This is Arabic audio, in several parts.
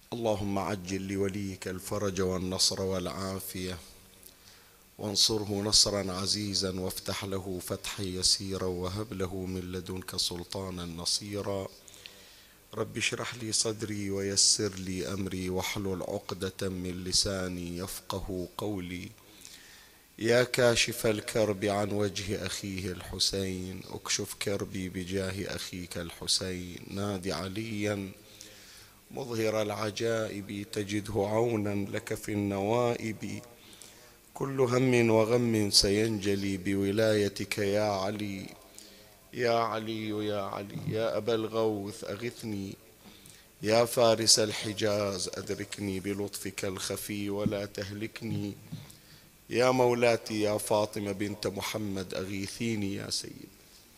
اللهم عجل لوليك الفرج والنصر والعافية، وانصره نصرا عزيزا، وافتح له فتحا يسيرا، وهب له من لدنك سلطانا نصيرا. رب اشرح لي صدري ويسر لي أمري، واحلل عقدة من لساني يفقه قولي. يا كاشف الكرب عن وجه أخيه الحسين، اكشف كربي بجاه أخيك الحسين. نادي عليا مظهر العجائب، تجده عونا لك في النوائب. كل هم وغم سينجلي بولايتك يا علي. يا علي يا علي يا أبا الغوث أغثني، يا فارس الحجاز أدركني بلطفك الخفي ولا تهلكني. يا مولاتي يا فاطمة بنت محمد أغيثيني يا سيدي.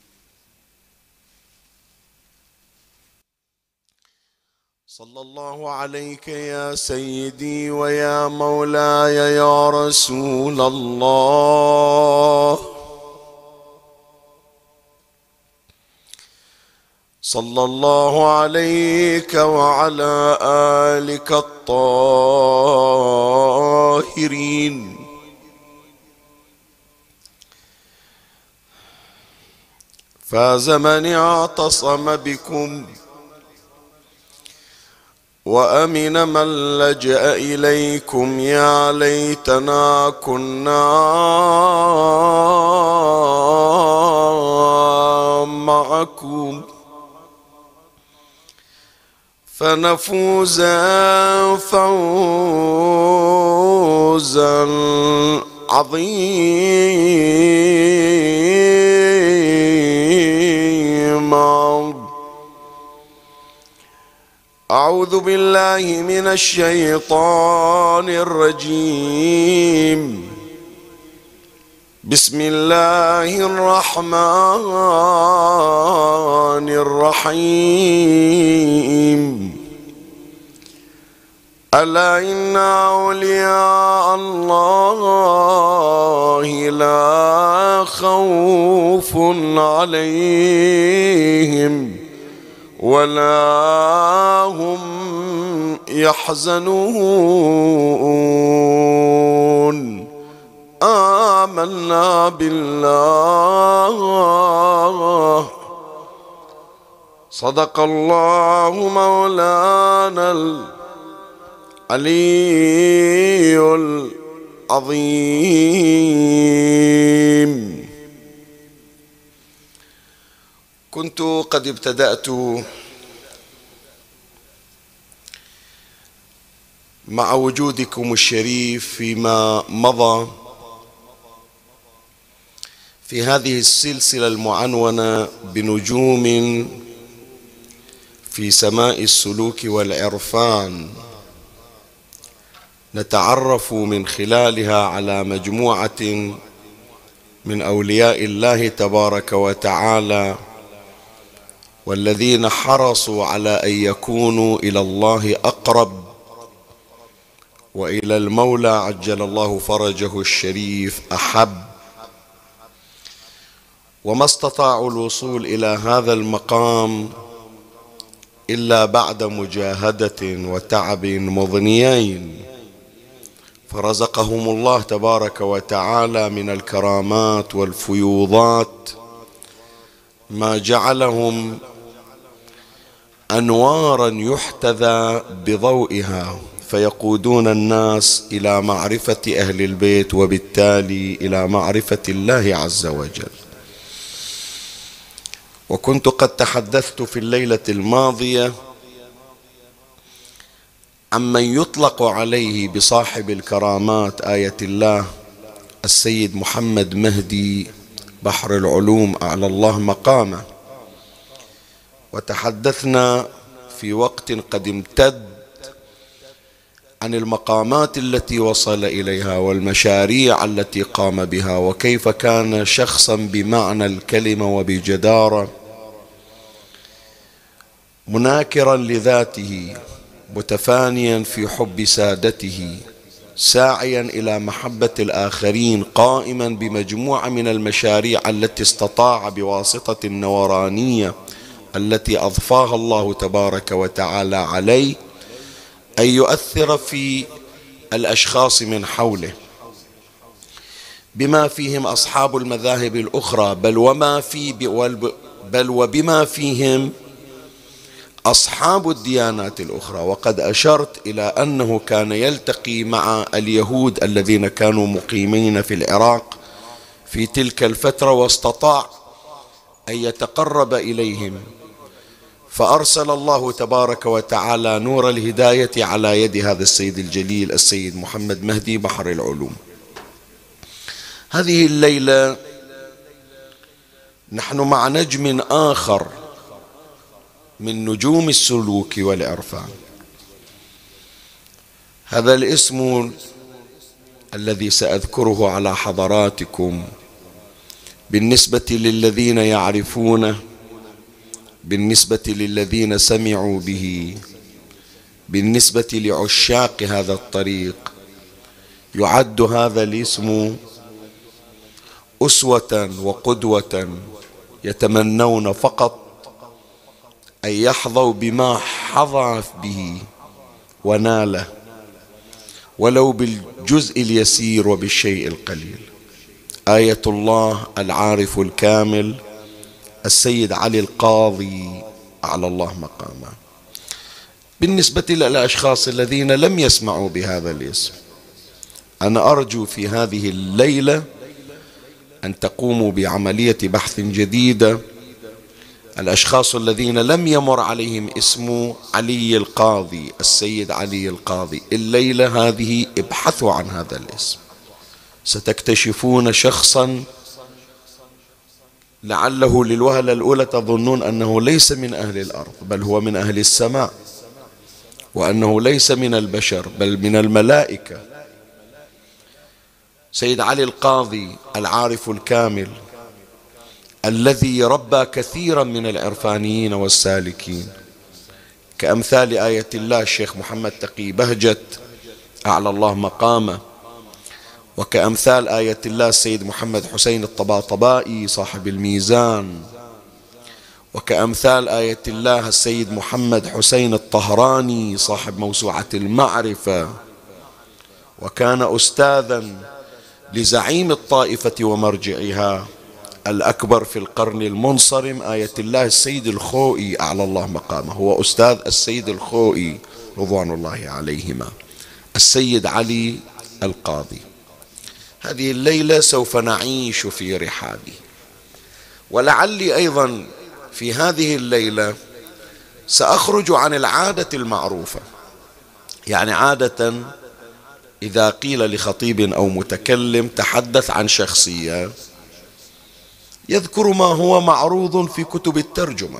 صلى الله عليك يا سيدي ويا مولاي يا رسول الله. صلى الله عليك وعلى آلك الطاهرين. فاز من اعتصم بكم، وأمن من لجأ إليكم. يا ليتنا كنا معكم فنفوز فوزا عظيما. أعوذ بالله من الشيطان الرجيم. بسم الله الرحمن الرحيم. ألا إن أولياء الله لا خوف عليهم ولا هم يحزنون. آمنا بالله. صدق الله مولانا العلي العظيم. كنت قد ابتدأت مع وجودكم الشريف فيما مضى في هذه السلسلة المعنونة بنجوم في سماء السلوك والعرفان، نتعرف من خلالها على مجموعة من أولياء الله تبارك وتعالى، والذين حرصوا على أن يكونوا إلى الله أقرب وإلى المولى عجل الله فرجه الشريف أحب، وما استطاعوا الوصول إلى هذا المقام إلا بعد مجاهدة وتعب مضنيين، فرزقهم الله تبارك وتعالى من الكرامات والفيوضات ما جعلهم أنوارا يحتذى بضوئها، فيقودون الناس إلى معرفة أهل البيت وبالتالي إلى معرفة الله عز وجل. وكنت قد تحدثت في الليلة الماضية عمن يطلق عليه بصاحب الكرامات آية الله السيد محمد مهدي بحر العلوم أعلى الله مقامه، وتحدثنا في وقت قد امتد عن المقامات التي وصل إليها والمشاريع التي قام بها، وكيف كان شخصا بمعنى الكلمة وبجدارة، مناكرا لذاته، متفانيا في حب سادته، ساعيا إلى محبة الآخرين، قائما بمجموعة من المشاريع التي استطاع بواسطة النورانية التي أضفاها الله تبارك وتعالى عليه أن يؤثر في الأشخاص من حوله، بما فيهم أصحاب المذاهب الأخرى، بل وبما فيهم أصحاب الديانات الأخرى. وقد أشرت إلى أنه كان يلتقي مع اليهود الذين كانوا مقيمين في العراق في تلك الفترة، واستطاع أن يتقرب إليهم، فأرسل الله تبارك وتعالى نور الهداية على يد هذا السيد الجليل السيد محمد مهدي بحر العلوم. هذه الليلة نحن مع نجم آخر من نجوم السلوك والعرفان. هذا الاسم الذي سأذكره على حضراتكم بالنسبة للذين يعرفونه، بالنسبة للذين سمعوا به، بالنسبة لعشاق هذا الطريق، يعد هذا الاسم أسوة وقدوة يتمنون فقط أن يحظوا بما حظى به وناله، ولو بالجزء اليسير وبالشيء القليل. آية الله العارف الكامل السيد علي القاضي أعلى الله مقامه. بالنسبة للأشخاص الذين لم يسمعوا بهذا الاسم، أنا أرجو في هذه الليلة أن تقوموا بعملية بحث جديدة. الأشخاص الذين لم يمر عليهم اسم علي القاضي، السيد علي القاضي، الليلة هذه ابحثوا عن هذا الاسم، ستكتشفون شخصا لعله للوهلة الأولى تظنون أنه ليس من أهل الأرض، بل هو من أهل السماء، وأنه ليس من البشر بل من الملائكة. سيد علي القاضي العارف الكامل الذي ربى كثيرا من العرفانيين والسالكين، كأمثال آية الله الشيخ محمد تقي بهجت أعلى الله مقامه، وكأمثال آية الله السيد محمد حسين الطباطبائي صاحب الميزان، وكأمثال آية الله السيد محمد حسين الطهراني صاحب موسوعة المعرفة، وكان أستاذا لزعيم الطائفة ومرجعها الأكبر في القرن المنصرم آية الله السيد الخوئي أعلى الله مقامه، هو أستاذ السيد الخوئي رضوان الله عليهما، السيد علي القاضي. هذه الليلة سوف نعيش في رحابه، ولعلي أيضا في هذه الليلة سأخرج عن العادة المعروفة. يعني عادة إذا قيل لخطيب أو متكلم تحدث عن شخصية يذكر ما هو معروض في كتب الترجمة،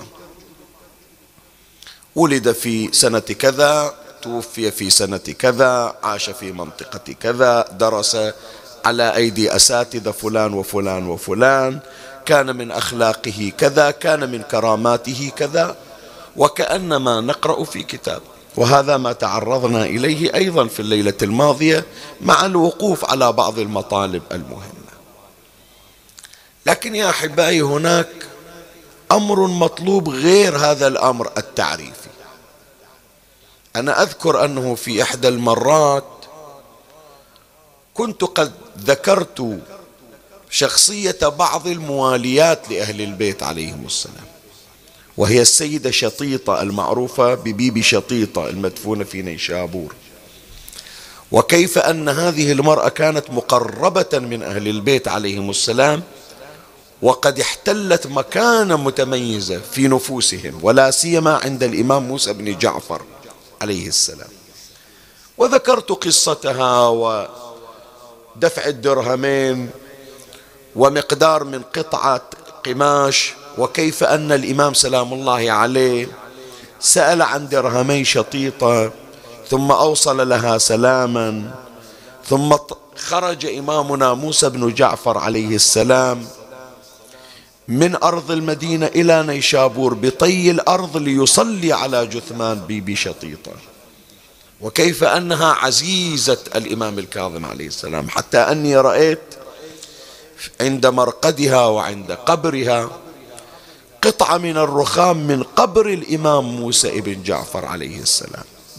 ولد في سنة كذا، توفي في سنة كذا، عاش في منطقة كذا، درس على أيدي أساتذة فلان وفلان وفلان، كان من أخلاقه كذا، كان من كراماته كذا، وكأنما نقرأ في كتاب. وهذا ما تعرضنا إليه أيضا في الليلة الماضية مع الوقوف على بعض المطالب المهمة. لكن يا أحبائي هناك أمر مطلوب غير هذا الأمر التعريفي. أنا أذكر أنه في إحدى المرات كنت قد ذكرت شخصية بعض المواليات لأهل البيت عليهم السلام، وهي السيدة شطيطة المعروفة ببيبي شطيطة المدفونة في نيشابور، وكيف أن هذه المرأة كانت مقربة من أهل البيت عليهم السلام، وقد احتلت مكانة متميزة في نفوسهم، ولا سيما عند الإمام موسى بن جعفر عليه السلام. وذكرت قصتها ودفع الدرهمين ومقدار من قطعة قماش، وكيف أن الإمام سلام الله عليه سأل عن درهمي شطيطة ثم أوصل لها سلاما، ثم خرج إمامنا موسى بن جعفر عليه السلام من أرض المدينة إلى نيشابور بطي الأرض ليصلي على جثمان بيبي شطيطة، وكيف أنها عزيزة الإمام الكاظم عليه السلام، حتى أني رأيت عند مرقدها وعند قبرها قطعة من الرخام من قبر الإمام موسى بن جعفر عليه السلام،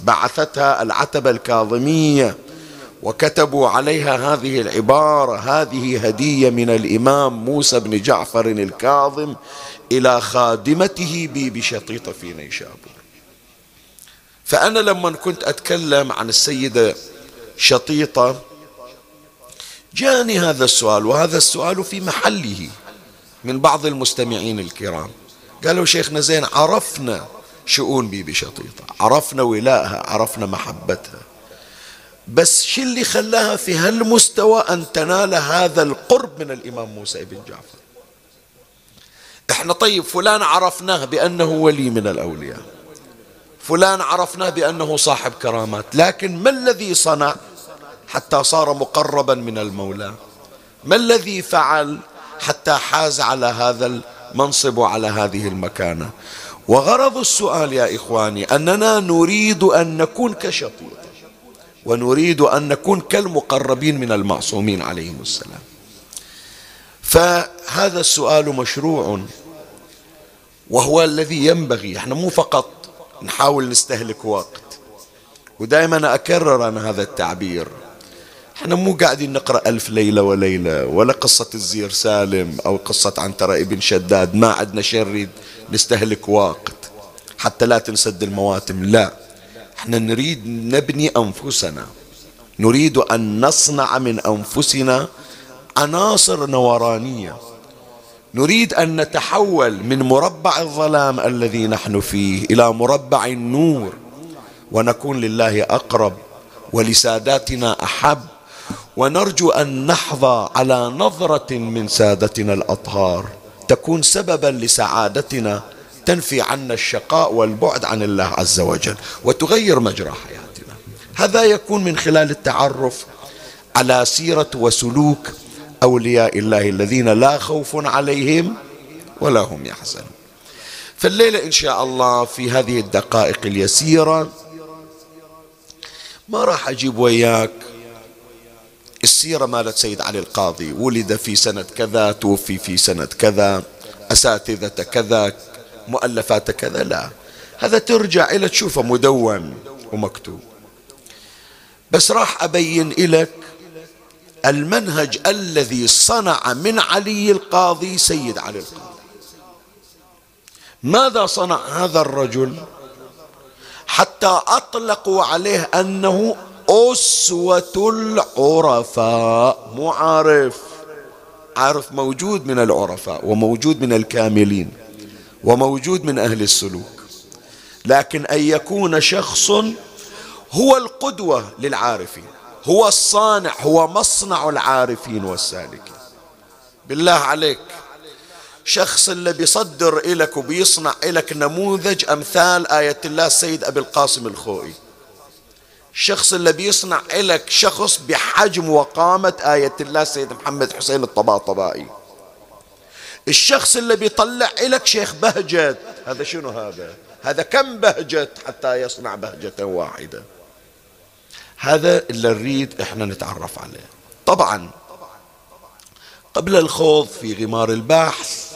بعثتها العتبة الكاظمية وكتبوا عليها هذه العبارة: هذه هدية من الإمام موسى بن جعفر الكاظم إلى خادمته بيبي شطيطة في نيشابور. فأنا لما كنت أتكلم عن السيدة شطيطة جاني هذا السؤال، وهذا السؤال في محله من بعض المستمعين الكرام. قالوا: شيخنا زين، عرفنا شؤون بيبي شطيطة، عرفنا ولائها، عرفنا محبتها، بس شو اللي خلاها في هالمستوى أن تنال هذا القرب من الإمام موسى بن جعفر؟ احنا طيب فلان عرفناه بأنه ولي من الأولياء، فلان عرفناه بأنه صاحب كرامات، لكن ما الذي صنع حتى صار مقربا من المولى؟ ما الذي فعل حتى حاز على هذا المنصب وعلى هذه المكانة؟ وغرض السؤال يا إخواني أننا نريد أن نكون كشطيطة، ونريد أن نكون كالمقربين من المعصومين عليهم السلام. فهذا السؤال مشروع، وهو الذي ينبغي. احنا مو فقط نحاول نستهلك وقت، ودائما أكرر أنا هذا التعبير، احنا مو قاعدين نقرأ 1000 ليلة وليلة ولا قصة الزير سالم أو قصة عنترة ابن شداد، ما عندنا شيء نريد نستهلك وقت حتى لا تنسد المواتم، لا، احنا نريد نبني أنفسنا، نريد أن نصنع من أنفسنا عناصر نورانية، نريد أن نتحول من مربع الظلام الذي نحن فيه إلى مربع النور، ونكون لله أقرب ولساداتنا أحب، ونرجو أن نحظى على نظرة من سادتنا الأطهار تكون سببا لسعادتنا، تنفي عنا الشقاء والبعد عن الله عز وجل، وتغير مجرى حياتنا. هذا يكون من خلال التعرف على سيرة وسلوك أولياء الله الذين لا خوف عليهم ولا هم يحزنون. فالليلة إن شاء الله في هذه الدقائق اليسيرة ما راح أجيب وياك السيرة مالت سيد علي القاضي، ولد في سنة كذا، توفي في سنة كذا، أساتذة كذا، مؤلفات كذا، لا، هذا ترجع إلى تشوفه مدون ومكتوب. بس راح أبين لك المنهج الذي صنع من علي القاضي سيد علي القاضي. ماذا صنع هذا الرجل حتى أطلقوا عليه أنه أسوة العرفاء؟ مو عارف، عارف موجود من العرفاء وموجود من الكاملين وموجود من أهل السلوك، لكن أن يكون شخص هو القدوة للعارفين، هو الصانع، هو مصنع العارفين والسالكين. بالله عليك، شخص اللي بيصدر إلك وبيصنع إلك نموذج أمثال آية الله السيد أبي القاسم الخوئي، الشخص اللي بيصنع إلك شخص بحجم وقامة آية الله السيد محمد حسين الطباطبائي، الشخص اللي بيطلع إلك شيخ بهجت، هذا شنو هذا كم بهجت حتى يصنع بهجة واحدة؟ هذا اللي نريد احنا نتعرف عليه. طبعا قبل الخوض في غمار البحث،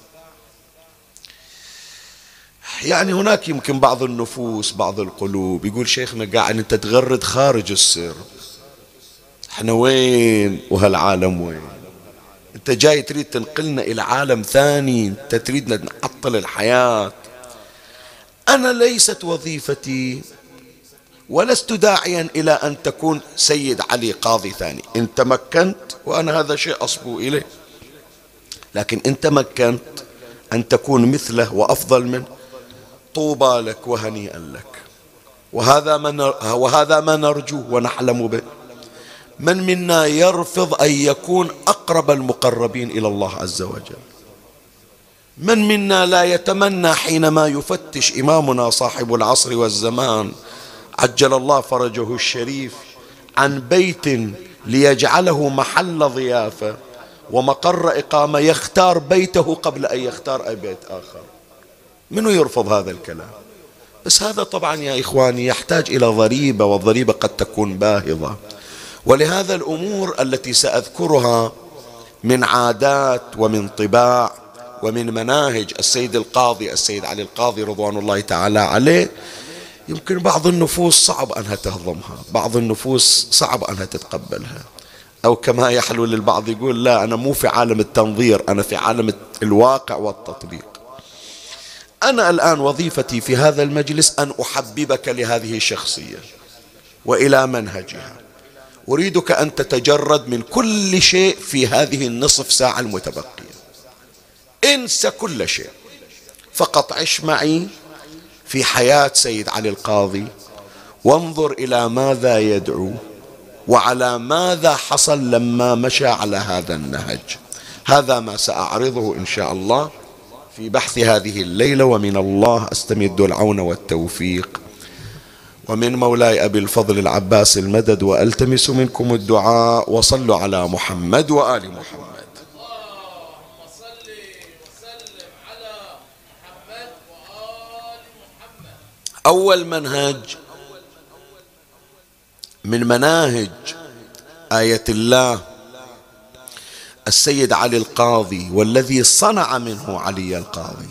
يعني هناك يمكن بعض النفوس، بعض القلوب يقول: شيخنا قاعد انت تغرد خارج السر، احنا وين وهالعالم وين؟ انت جاي تريد تنقلنا الى عالم ثاني، انت تريدنا نعطل الحياة. انا ليست وظيفتي ولست داعيا إلى أن تكون سيد علي قاضي ثاني. إن تمكنت، وأنا هذا شيء أصبو إليه، لكن إن تمكنت أن تكون مثله وأفضل منه، طوبى لك وهنيئا لك، وهذا ما نرجو ونحلم به. من منا يرفض أن يكون أقرب المقربين إلى الله عز وجل؟ من منا لا يتمنى حينما يفتش إمامنا صاحب العصر والزمان عجل الله فرجه الشريف عن بيت ليجعله محل ضيافة ومقر إقامة، يختار بيته قبل أن يختار أي بيت آخر؟ منو يرفض هذا الكلام؟ بس هذا طبعا يا إخواني يحتاج إلى ضريبة، والضريبة قد تكون باهظة. ولهذا الأمور التي سأذكرها من عادات ومن طباع ومن مناهج السيد القاضي السيد علي القاضي رضوان الله تعالى عليه، يمكن بعض النفوس صعب أنها تهضمها، بعض النفوس صعب أنها تتقبلها، أو كما يحلو للبعض يقول لا أنا مو في عالم التنظير، أنا في عالم الواقع والتطبيق. أنا الآن وظيفتي في هذا المجلس أن أحببك لهذه الشخصية وإلى منهجها. أريدك أن تتجرد من كل شيء في هذه النصف ساعة المتبقية، انسى كل شيء، فقط عش معي في حياة سيد علي القاضي، وانظر إلى ماذا يدعو وعلى ماذا حصل لما مشى على هذا النهج. هذا ما سأعرضه إن شاء الله في بحث هذه الليلة، ومن الله أستمد العون والتوفيق، ومن مولاي أبي الفضل العباس المدد، وألتمس منكم الدعاء. وصلوا على محمد وآل محمد. اللهم صل وسلم على محمد وآل محمد. أول منهج من مناهج آية الله السيد علي القاضي، والذي صنع منه علي القاضي،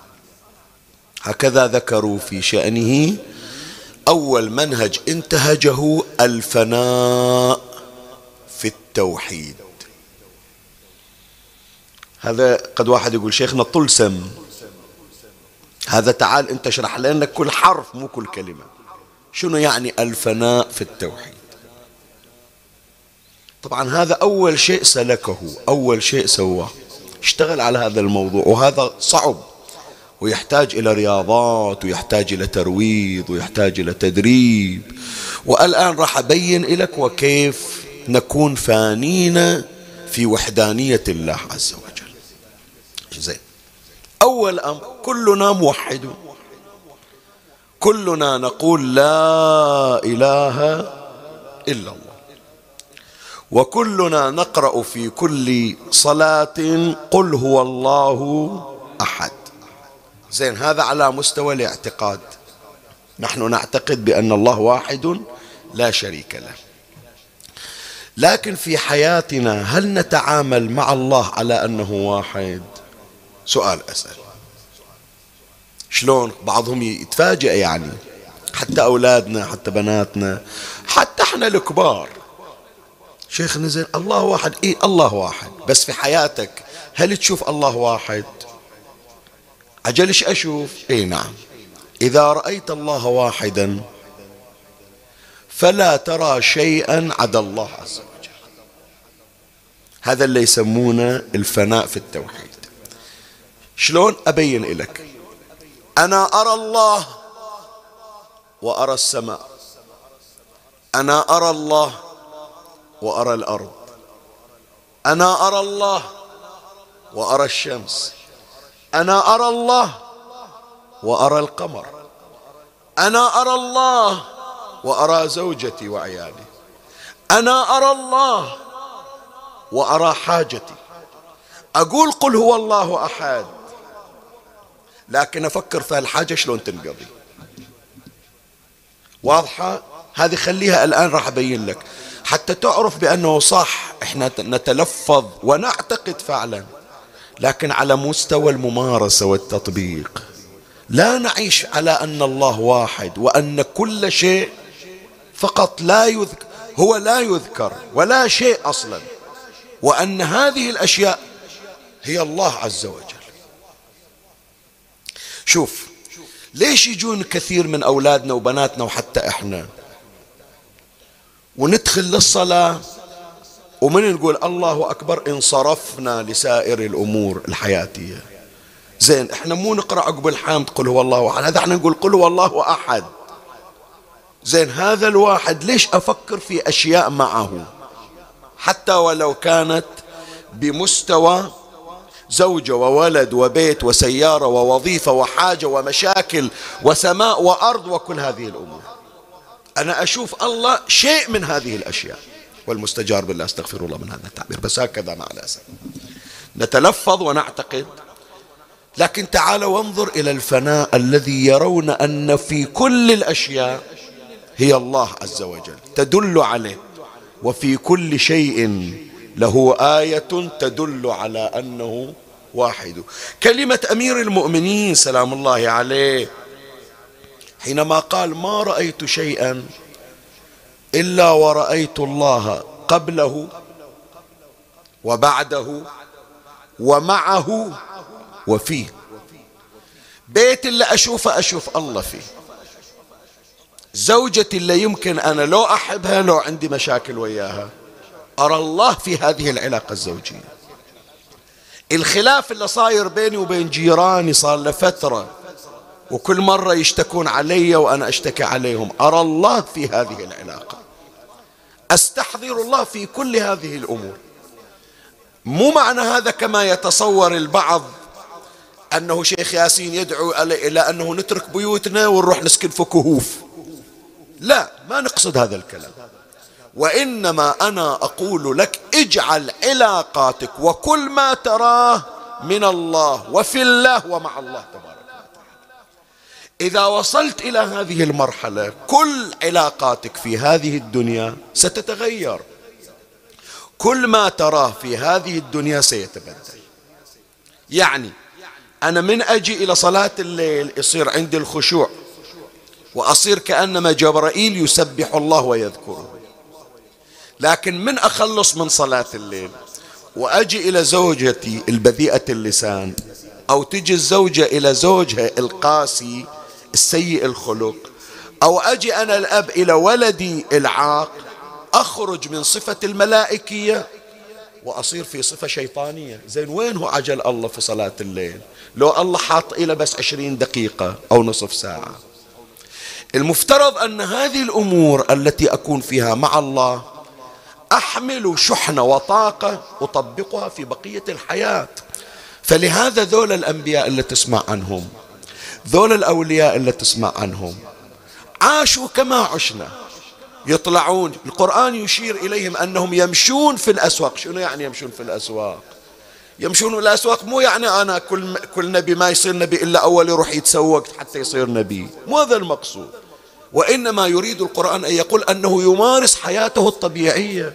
هكذا ذكروا في شأنه. أول منهج انتهجه الفناء في التوحيد. هذا قد واحد يقول شيخنا طلسم، هذا تعال انت اشرح لنا كل حرف مو كل كلمة، شنو يعني الفناء في التوحيد؟ طبعا هذا أول شيء سلكه، أول شيء سواه، اشتغل على هذا الموضوع، وهذا صعب ويحتاج إلى رياضات ويحتاج إلى ترويض ويحتاج إلى تدريب. والآن راح أبين لك وكيف نكون فانين في وحدانية الله عز وجل. زين، أول أمر كلنا موحدون، كلنا نقول لا إله إلا الله، وكلنا نقرأ في كل صلاة قل هو الله أحد. زين، هذا على مستوى الاعتقاد، نحن نعتقد بأن الله واحد لا شريك له. لكن في حياتنا هل نتعامل مع الله على أنه واحد؟ سؤال أسأل. شلون؟ بعضهم يتفاجأ، يعني حتى أولادنا حتى بناتنا حتى احنا الكبار، شيخ نزل الله واحد، ايه الله واحد، بس في حياتك هل تشوف الله واحد؟ عجلش أشوف، اي نعم. إذا رأيت الله واحدا فلا ترى شيئا عدا الله عز وجل. هذا اللي يسمونه الفناء في التوحيد. شلون أبين لك؟ أنا أرى الله وأرى السماء، أنا أرى الله وأرى الأرض، أنا أرى الله وأرى الشمس، أنا أرى الله وأرى القمر، أنا أرى الله وأرى زوجتي وعيالي، أنا أرى الله وأرى حاجتي. أقول قل هو الله أحد، لكن أفكر في الحاجة شلون تنقضي. واضحة؟ هذه خليها الآن راح أبين لك حتى تعرف بأنه صح، إحنا نتلفظ ونعتقد فعلا، لكن على مستوى الممارسة والتطبيق لا نعيش على أن الله واحد، وأن كل شيء فقط لا يذكر، هو لا يذكر ولا شيء أصلا، وأن هذه الأشياء هي الله عز وجل. شوف ليش يجون كثير من أولادنا وبناتنا وحتى إحنا وندخل للصلاة ومن نقول الله أكبر انصرفنا لسائر الأمور الحياتية. زين، احنا مو نقرأ عقب الحمد قل هو الله أحد، هذا احنا نقول قل هو الله أحد. زين، هذا الواحد ليش أفكر في أشياء معه حتى ولو كانت بمستوى زوجة وولد وبيت وسيارة ووظيفة وحاجة ومشاكل وسماء وأرض وكل هذه الأمور، أنا أشوف الله شيء من هذه الأشياء، والمستجار بالله استغفر الله من هذا التعبير، بس هكذا مع الأسف نتلفظ ونعتقد. لكن تعال وانظر إلى الفناء الذي يرون أن في كل الأشياء هي الله عز وجل تدل عليه، وفي كل شيء له آية تدل على أنه واحد. كلمة أمير المؤمنين سلام الله عليه حينما قال ما رأيت شيئا إلا ورأيت الله قبله وبعده ومعه وفيه. بيت اللي أشوفه أشوف الله فيه، زوجتي اللي يمكن أنا لو أحبها لو عندي مشاكل وياها أرى الله في هذه العلاقة الزوجية. الخلاف اللي صاير بيني وبين جيراني صار له فترة وكل مرة يشتكون علي وأنا أشتكي عليهم، أرى الله في هذه العلاقة، أستحضر الله في كل هذه الأمور. مو معنى هذا كما يتصور البعض أنه شيخ ياسين يدعو إلى أنه نترك بيوتنا ونروح نسكن في كهوف. لا، ما نقصد هذا الكلام، وإنما أنا أقول لك اجعل علاقاتك وكل ما تراه من الله وفي الله ومع الله تبارك وتعالى. إذا وصلت إلى هذه المرحلة كل علاقاتك في هذه الدنيا ستتغير، كل ما تراه في هذه الدنيا سيتبدل. يعني أنا من أجي إلى صلاة الليل يصير عندي الخشوع وأصير كأنما جبرائيل يسبح الله ويذكره، لكن من أخلص من صلاة الليل وأجي إلى زوجتي البذيئة اللسان، أو تجي الزوجة إلى زوجها القاسي السيء الخلق، أو أجي أنا الأب إلى ولدي العاق، أخرج من صفة الملائكية وأصير في صفة شيطانية. زين وين هو عجل الله في صلاة الليل لو الله حاط إلى بس 20 دقيقة أو نصف ساعة؟ المفترض أن هذه الأمور التي أكون فيها مع الله أحمل شحنة وطاقة أطبقها في بقية الحياة. فلهذا ذول الأنبياء اللي تسمع عنهم، ذول الأولياء اللي تسمع عنهم، عاشوا كما عشنا. يطلعون القرآن يشير إليهم أنهم يمشون في الأسواق. شنو يعني يمشون في الأسواق؟ يمشون في الأسواق مو يعني أنا كل نبي ما يصير نبي إلا أول يروح يتسوق حتى يصير نبي، مو هذا المقصود. وإنما يريد القرآن أن يقول أنه يمارس حياته الطبيعية،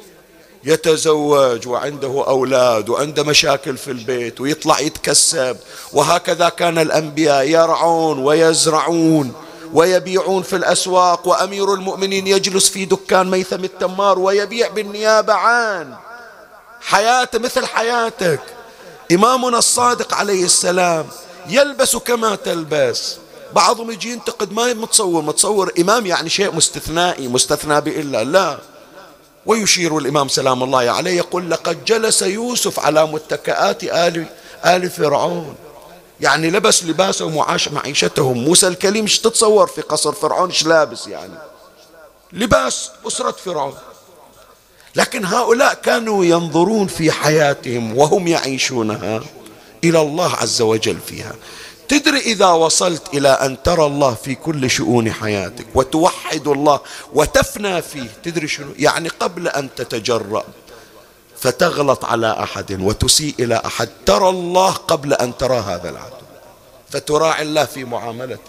يتزوج وعنده أولاد وعنده مشاكل في البيت ويطلع يتكسب. وهكذا كان الأنبياء يرعون ويزرعون ويبيعون في الأسواق، وأمير المؤمنين يجلس في دكان ميثم التمار ويبيع بالنيابة عن حياته مثل حياتك. إمامنا الصادق عليه السلام يلبس كما تلبس. بعضهم يجي ينتقد ما متصور إمام يعني شيء مستثنائي مستثنى بإلا لا. ويشير الإمام سلام الله عليه يقول لقد جلس يوسف على متكئات آل فرعون، يعني لبس لباسه ومعاش معيشتهم. موسى الكليم ايش تتصور في قصر فرعون ايش لابس؟ يعني لباس أسرة فرعون. لكن هؤلاء كانوا ينظرون في حياتهم وهم يعيشونها إلى الله عز وجل فيها. تدري إذا وصلت إلى أن ترى الله في كل شؤون حياتك وتوحد الله وتفنى فيه، تدري شنو يعني؟ قبل أن تتجرأ فتغلط على أحد وتسيء إلى أحد، ترى الله قبل أن ترى هذا العدو، فتراعي الله في معاملتك.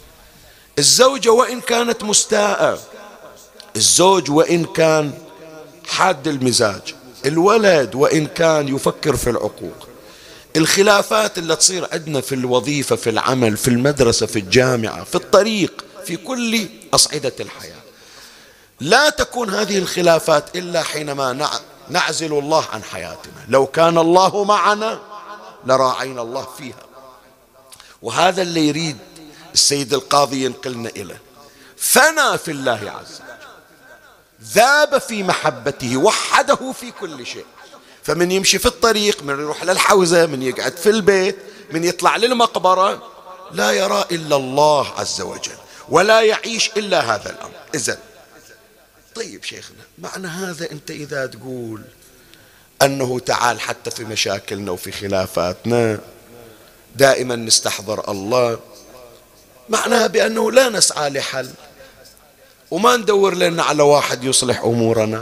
الزوجة وإن كانت مستاءة، الزوج وإن كان حاد المزاج، الولد وإن كان يفكر في العقوق، الخلافات اللي تصير عندنا في الوظيفة، في العمل، في المدرسة، في الجامعة، في الطريق، في كل أصعدة الحياة، لا تكون هذه الخلافات إلا حينما نعزل الله عن حياتنا. لو كان الله معنا لراعينا الله فيها. وهذا اللي يريد السيد القاضي ينقلنا إليه. فنى في الله عز وجل، ذاب في محبته، وحده في كل شيء. فمن يمشي في الطريق، من يروح للحوزة، من يقعد في البيت، من يطلع للمقبرة، لا يرى إلا الله عز وجل ولا يعيش إلا هذا الأمر. إذن طيب شيخنا، معنى هذا أنت إذا تقول أنه تعال حتى في مشاكلنا وفي خلافاتنا دائما نستحضر الله، معناها بأنه لا نسعى لحل وما ندور لنا على واحد يصلح أمورنا،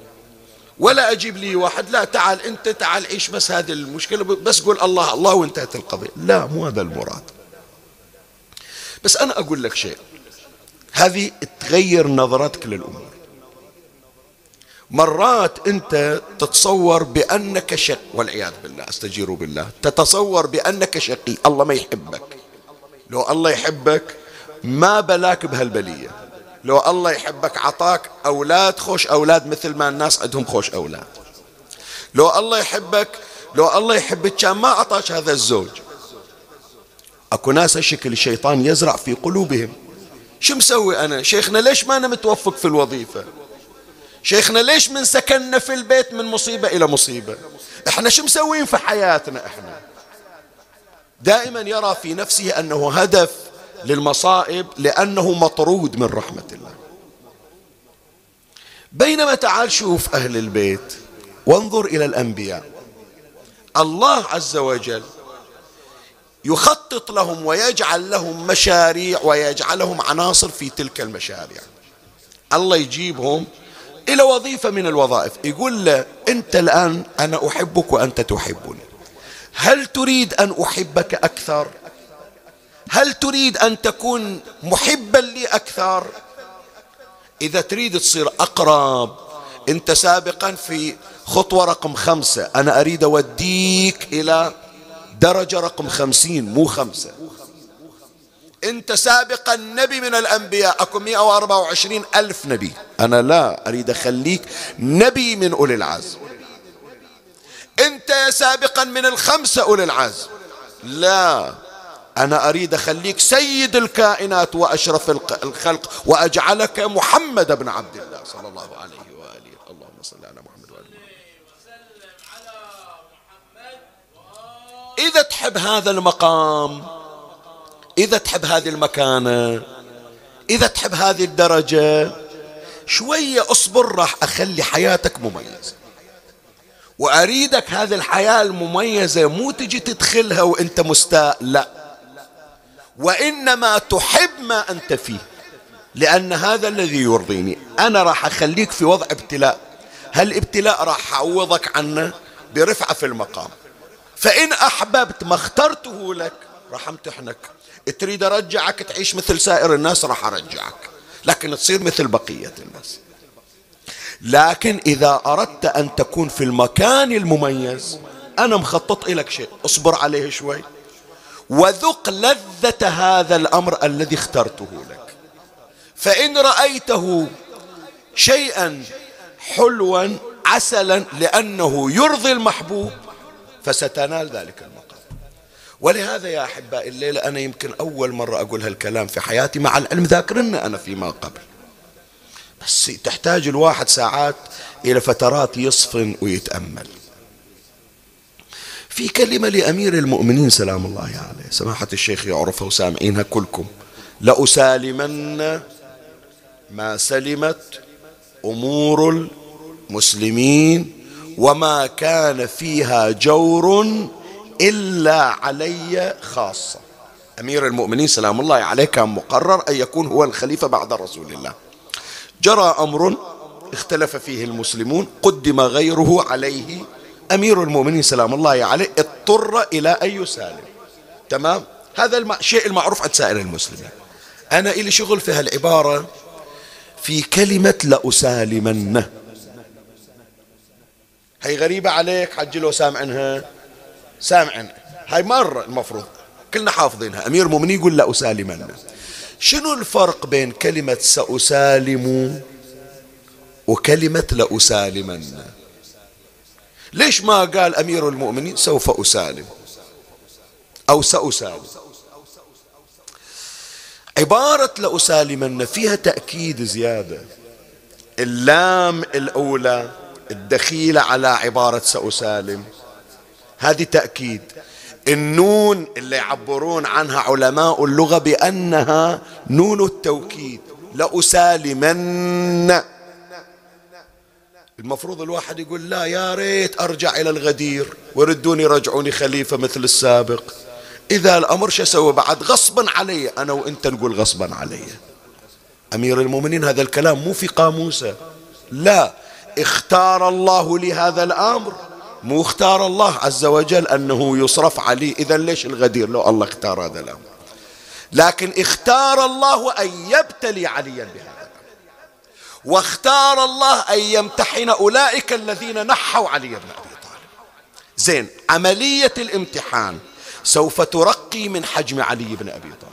ولا أجيب لي واحد لا تعال أنت تعال عيش بس هذه المشكلة، بس قول الله الله وانتهت القضية. لا، مو هذا المراد. بس أنا أقول لك شيء، هذه تغير نظرتك للأمور. مرات أنت تتصور بأنك شقي، والعياذ بالله استجير بالله، تتصور بأنك شقي، الله ما يحبك. لو الله يحبك ما بلاك بهالبلية. لو الله يحبك عطاك أولاد خوش أولاد مثل ما الناس عندهم خوش أولاد. لو الله يحبك كان ما عطاك هذا الزوج. أكو ناس هالشكل الشيطان يزرع في قلوبهم. شو مسوي أنا شيخنا؟ ليش ما أنا متوفق في الوظيفة؟ شيخنا ليش من سكننا في البيت من مصيبة إلى مصيبة؟ إحنا شو مسوين في حياتنا؟ إحنا دائما يرى في نفسه أنه هدف للمصائب لأنه مطرود من رحمة الله. بينما تعال شوف أهل البيت وانظر إلى الأنبياء، الله عز وجل يخطط لهم ويجعل لهم مشاريع ويجعلهم عناصر في تلك المشاريع. الله يجيبهم إلى وظيفة من الوظائف، يقول له أنت الآن أنا أحبك وأنت تحبني، هل تريد أن أحبك أكثر؟ هل تريد أن تكون محبا لي أكثر؟ إذا تريد تصير أقرب، أنت سابقا في خطوة رقم 5، أنا أريد أوديك إلى درجة رقم 50 مو 5. أنت سابقا نبي من الأنبياء، أكو 124 ألف نبي، أنا لا أريد أخليك نبي من أولي العزم. أنت سابقا من 5 أولي العزم، لا أنا أريد أخليك سيد الكائنات وأشرف الخلق وأجعلك محمد بن عبد الله صلى الله عليه وآله. اللهم صل على محمد وآله محمد. إذا تحب هذا المقام، إذا تحب هذه المكانة، إذا تحب هذه الدرجة، شوية أصبر، راح أخلي حياتك مميزة. وأريدك هذه الحياة المميزة مو تجي تدخلها وأنت مستاء، لا، وإنما تحب ما أنت فيه، لأن هذا الذي يرضيني. أنا راح أخليك في وضع ابتلاء، هالابتلاء راح أعوضك عنه برفعة في المقام. فإن أحببت ما اخترته لك راح أمتحنك. تريد أرجعك تعيش مثل سائر الناس راح أرجعك، لكن تصير مثل بقية الناس. لكن إذا أردت أن تكون في المكان المميز، أنا مخطط لك شيء، اصبر عليه شوي وذق لذة هذا الأمر الذي اخترته لك. فإن رأيته شيئا حلوا عسلا لأنه يرضي المحبوب فستنال ذلك المقام. ولهذا يا أحبائي الليلة أنا يمكن أول مرة أقول هالكلام في حياتي، مع العلم ذاكرنا أنا فيما قبل، بس تحتاج الواحد ساعات إلى فترات يصفن ويتأمل. في كلمة لأمير المؤمنين سلام الله عليه، سماحة الشيخ يعرفها وسامعينها كلكم: لأسالمن ما سلمت أمور المسلمين وما كان فيها جور إلا علي خاصة. أمير المؤمنين سلام الله عليه كان مقرر أن يكون هو الخليفة بعد رسول الله. جرى أمر اختلف فيه المسلمون، قدم غيره عليه، أمير المؤمنين سلام الله عليه اضطر إلى أن يسالم. تمام، هذا الشيء المعروف عند سائر المسلمين. أنا إلي شغل في هالعبارة في كلمة لأسالمن. هي غريبة عليك حجي لو سامعنها؟ سامعن، هاي مرة المفروض كلنا حافظينها. أمير المؤمنين يقول لأسالمن. شنو الفرق بين كلمة سأسالم وكلمة لأسالمن؟ ليش ما قال أمير المؤمنين سوف أسالم أو سأسالم؟ عبارة لأسالمن فيها تأكيد زيادة. اللام الأولى الدخيلة على عبارة سأسالم هذه تأكيد. النون اللي يعبرون عنها علماء اللغة بأنها نون التوكيد، لأسالمن. المفروض الواحد يقول لا يا ريت أرجع إلى الغدير وردوني رجعوني خليفة مثل السابق. إذا الأمر شو أسوي بعد؟ غصبا علي، أنا وإنت نقول غصبا علي. أمير المؤمنين هذا الكلام مو في قاموسه، لا، اختار الله لهذا الأمر، مو اختار الله عز وجل أنه يصرف عليه. إذا ليش الغدير لو الله اختار هذا الأمر؟ لكن اختار الله أن يبتلي عليا بهذا الأمر، واختار الله أن يمتحن أولئك الذين نحوا علي بن أبي طالب. زين، عملية الامتحان سوف ترقي من حجم علي بن أبي طالب.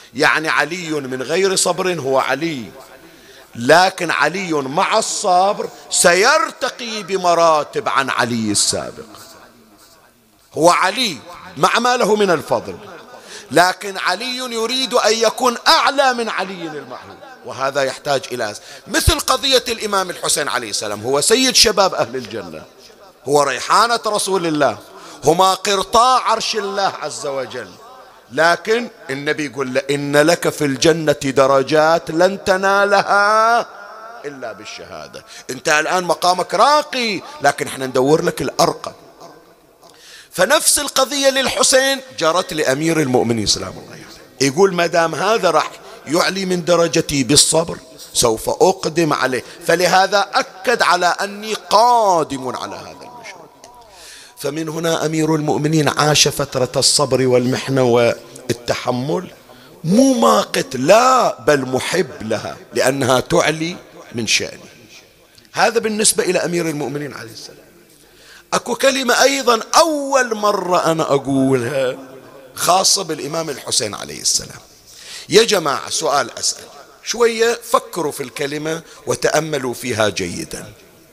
يعني علي من غير صبر هو علي، لكن علي مع الصبر سيرتقي بمراتب عن علي السابق. هو علي مع ما له من الفضل، لكن علي يريد أن يكون أعلى من علي المعهود، وهذا يحتاج إلى مثل قضية الإمام الحسين عليه السلام. هو سيد شباب أهل الجنة، هو ريحانة رسول الله، هما قرطاع عرش الله عز وجل، لكن النبي يقول له إن لك في الجنة درجات لن تنالها إلا بالشهادة. أنت الآن مقامك راقي، لكن احنا ندور لك الأرقى. فنفس القضية للحسين جرت لأمير المؤمنين سلام الله عليه، يقول ما دام هذا راح يعلي من درجتي بالصبر سوف أقدم عليه، فلهذا أكد على أني قادم على هذا المشروع. فمن هنا أمير المؤمنين عاش فترة الصبر والمحنة والتحمل، مو ماقت لا بل محب لها، لأنها تعلي من شأنه. هذا بالنسبة إلى أمير المؤمنين عليه السلام. أكو كلمة أيضا أول مرة أنا أقولها خاصة بالإمام الحسين عليه السلام. يا جماعة سؤال أسأل، شوية فكروا في الكلمة وتأملوا فيها جيدا.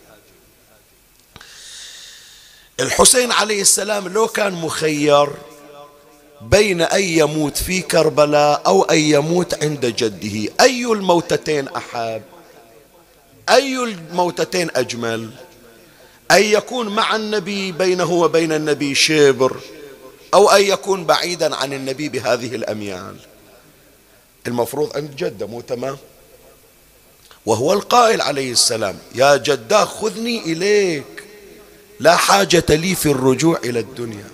الحسين عليه السلام لو كان مخير بين أن يموت في كربلاء أو أن يموت عند جده، أي الموتتين أحب؟ أي الموتتين أجمل؟ أن يكون مع النبي بينه وبين النبي شبر، أو أن يكون بعيدا عن النبي بهذه الأميال؟ المفروض عند جده، مو تمام؟ وهو القائل عليه السلام يا جداه خذني إليك، لا حاجة لي في الرجوع إلى الدنيا.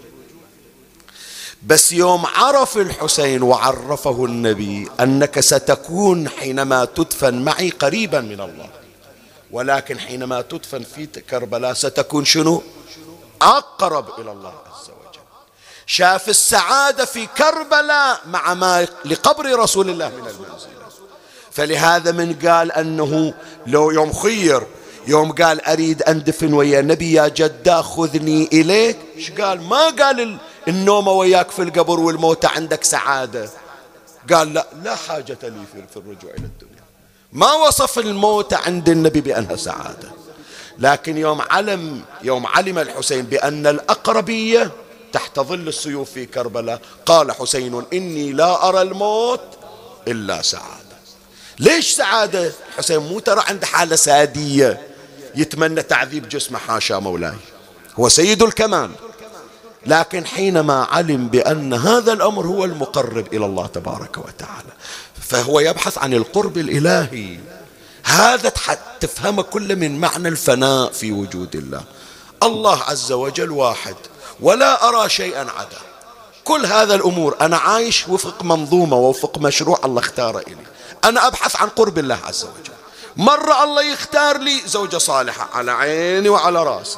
بس يوم عرف الحسين وعرفه النبي أنك ستكون حينما تدفن معي قريبا من الله، ولكن حينما تدفن في كربلاء ستكون شنو؟ أقرب إلى الله عز وجل. شاف السعادة في كربلاء مع ما لقبر رسول الله من المنزل. فلهذا من قال أنه لو يوم خير، يوم قال أريد أندفن ويا النبي يا جداه خذني إليك، إيش قال؟ ما قال النوم وياك في القبر والموت عندك سعادة، قال لا حاجة لي في الرجوع إلى الدنيا. ما وصف الموت عند النبي بأنها سعادة، لكن يوم علم الحسين بأن الأقربية تحت ظل السيوف في كربلاء، قال حسين إني لا أرى الموت إلا سعادة. ليش سعادة؟ حسين مو ترى عنده حالة سادية يتمنى تعذيب جسمه، حاشا مولاي، هو سيد الكمال، لكن حينما علم بأن هذا الأمر هو المقرب إلى الله تبارك وتعالى، فهو يبحث عن القرب الإلهي. هذا تفهم كل من معنى الفناء في وجود الله. الله عز وجل واحد ولا أرى شيئا عدا. كل هذا الأمور أنا عايش وفق منظومة ووفق مشروع الله اختاره إلي. أنا أبحث عن قرب الله عز وجل. مرة الله يختار لي زوجة صالحة على عيني وعلى راسي،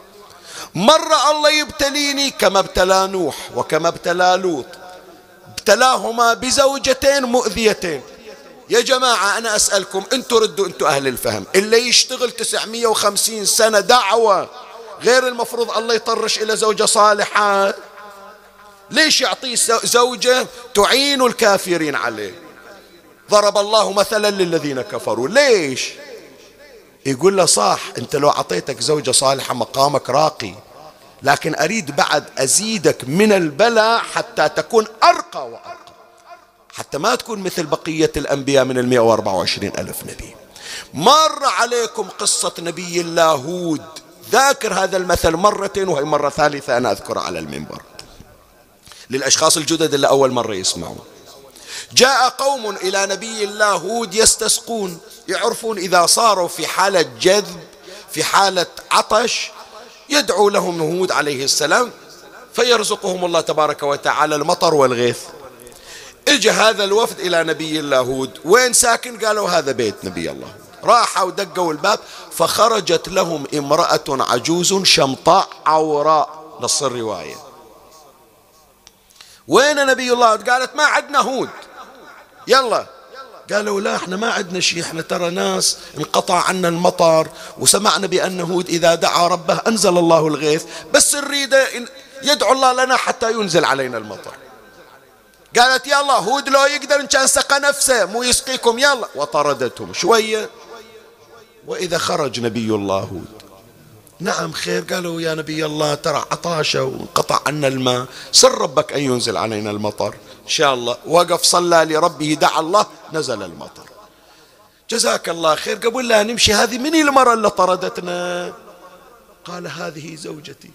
مرة الله يبتليني كما ابتلى نوح وكما ابتلى لوط، ابتلاهما بزوجتين مؤذيتين. يا جماعة أنا أسألكم، أنتوا ردوا، أنتوا أهل الفهم، اللي يشتغل 950 سنة دعوة غير المفروض الله يطرش إلى زوجة صالحة؟ ليش يعطيه زوجة تعين الكافرين عليه؟ ضرب الله مثلا للذين كفروا. ليش؟ يقول له صح أنت لو أعطيتك زوجة صالحة مقامك راقي، لكن أريد بعد أزيدك من البلاء حتى تكون أرقى وأرقى، حتى ما تكون مثل بقية الأنبياء من 124 ألف نبي. مر عليكم قصة نبي الله هود، ذاكر هذا المثل مرتين، وهي مرة ثالثة أنا أذكر على المنبر للأشخاص الجدد اللي أول مرة يسمعون. جاء قوم إلى نبي الله هود يستسقون، يعرفون إذا صاروا في حالة جذب، في حالة عطش، يدعو لهم هود عليه السلام فيرزقهم الله تبارك وتعالى المطر والغيث. اجى هذا الوفد إلى نبي الله هود، وين ساكن؟ قالوا هذا بيت نبي الله هود. راحوا ودقوا الباب، فخرجت لهم امرأة عجوز شمطاء عوراء، نص الرواية. وين نبي الله هود؟ قالت ما عندنا هود. يلا، قالوا لا احنا ما عندنا شيء، احنا ترى ناس انقطع عنا المطر، وسمعنا بأن هود إذا دعا ربه أنزل الله الغيث، بس نريد يدعو الله لنا حتى ينزل علينا المطر. قالت يلا هود لو يقدر إن كان سقى نفسه مو يسقيكم يلا، وطردتهم شوية. وإذا خرج نبي الله هود، نعم خير، قالوا يا نبي الله ترى عطاشة وانقطع عنا الماء، سر ربك أن ينزل علينا المطر إن شاء الله. وقف صلى لربه دعا الله نزل المطر. جزاك الله خير. قبل لا نمشي هذه من المرأة اللي طردتنا؟ قال هذه زوجتي.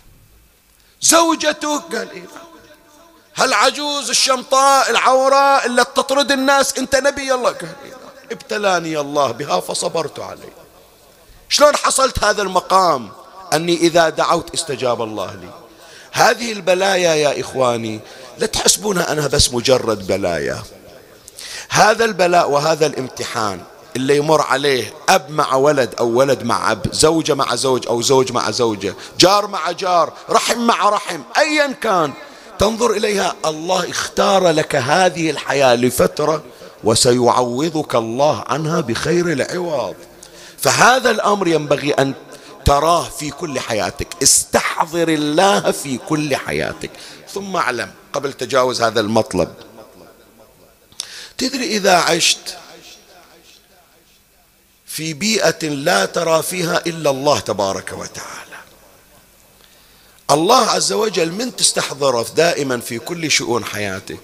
زوجته؟ قال إيه؟ هالعجوز الشمطاء العوراء اللي تطرد الناس أنت نبي الله؟ قال إيه؟ ابتلاني الله بها فصبرت عليه. شلون حصلت هذا المقام أني إذا دعوت استجاب الله لي؟ هذه البلايا يا إخواني لا تحسبونها أنها بس مجرد بلايا. هذا البلاء وهذا الامتحان اللي يمر عليه أب مع ولد أو ولد مع أب، زوجة مع زوج أو زوج مع زوجة، جار مع جار، رحم مع رحم، أيا كان تنظر إليها، الله اختار لك هذه الحياة لفترة وسيعوضك الله عنها بخير العوض. فهذا الأمر ينبغي أن تراه في كل حياتك، استحضر الله في كل حياتك. ثم اعلم قبل تجاوز هذا المطلب، تدري إذا عشت في بيئة لا ترى فيها إلا الله تبارك وتعالى، الله عز وجل من تستحضره دائما في كل شؤون حياتك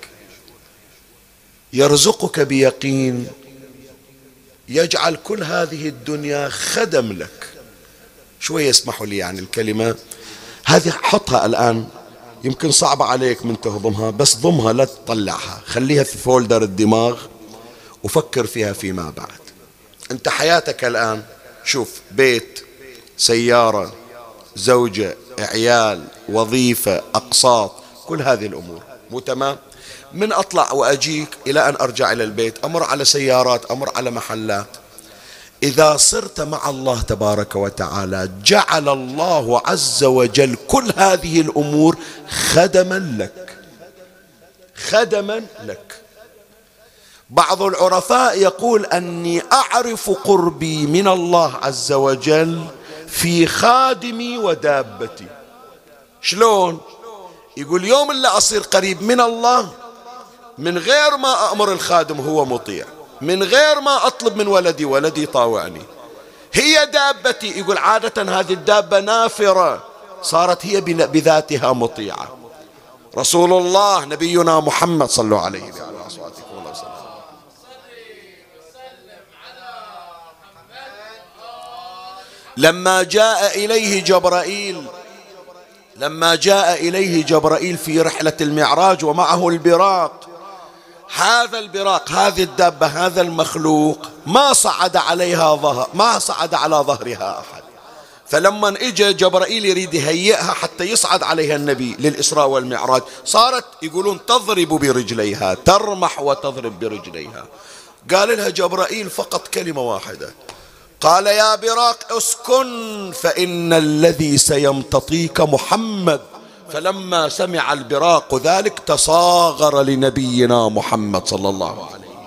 يرزقك بيقين، يجعل كل هذه الدنيا خدم لك. شوية اسمحوا لي يعني الكلمة هذه حطها الآن، يمكن صعبة عليك من تهضمها، بس ضمها لا تطلعها، خليها في فولدر الدماغ وفكر فيها فيما بعد. أنت حياتك الآن شوف، بيت، سيارة، زوجة، عيال، وظيفة، أقساط، كل هذه الأمور مو تمام؟ من أطلع وأجيك إلى أن أرجع إلى البيت أمر على سيارات، أمر على محلات. إذا صرت مع الله تبارك وتعالى جعل الله عز وجل كل هذه الأمور خدما لك، خدما لك. بعض العرفاء يقول أني أعرف قربي من الله عز وجل في خادمي ودابتي. شلون؟ يقول يوم اللي أصير قريب من الله من غير ما أأمر الخادم هو مطيع، من غير ما أطلب من ولدي ولدي طاوعني. هي دابتي، يقول عادة هذه الدابة نافرة صارت هي بذاتها مطيعة. رسول الله نبينا محمد صلوا عليه وعلى أصحابه وسلم لما جاء إليه جبرائيل في رحلة المعراج ومعه البراق، هذا البراق، هذه الدابة، هذا المخلوق ما صعد على ظهرها أحد. فلما اجى جبرائيل يريد يهيئها حتى يصعد عليها النبي للإسراء والمعراج، صارت يقولون تضرب برجليها، ترمح وتضرب برجليها. قال لها جبرائيل فقط كلمة واحدة، قال يا براق اسكن فإن الذي سيمتطيك محمد. فلما سمع البراق ذلك تصاغر لنبينا محمد صلى الله عليه وسلم.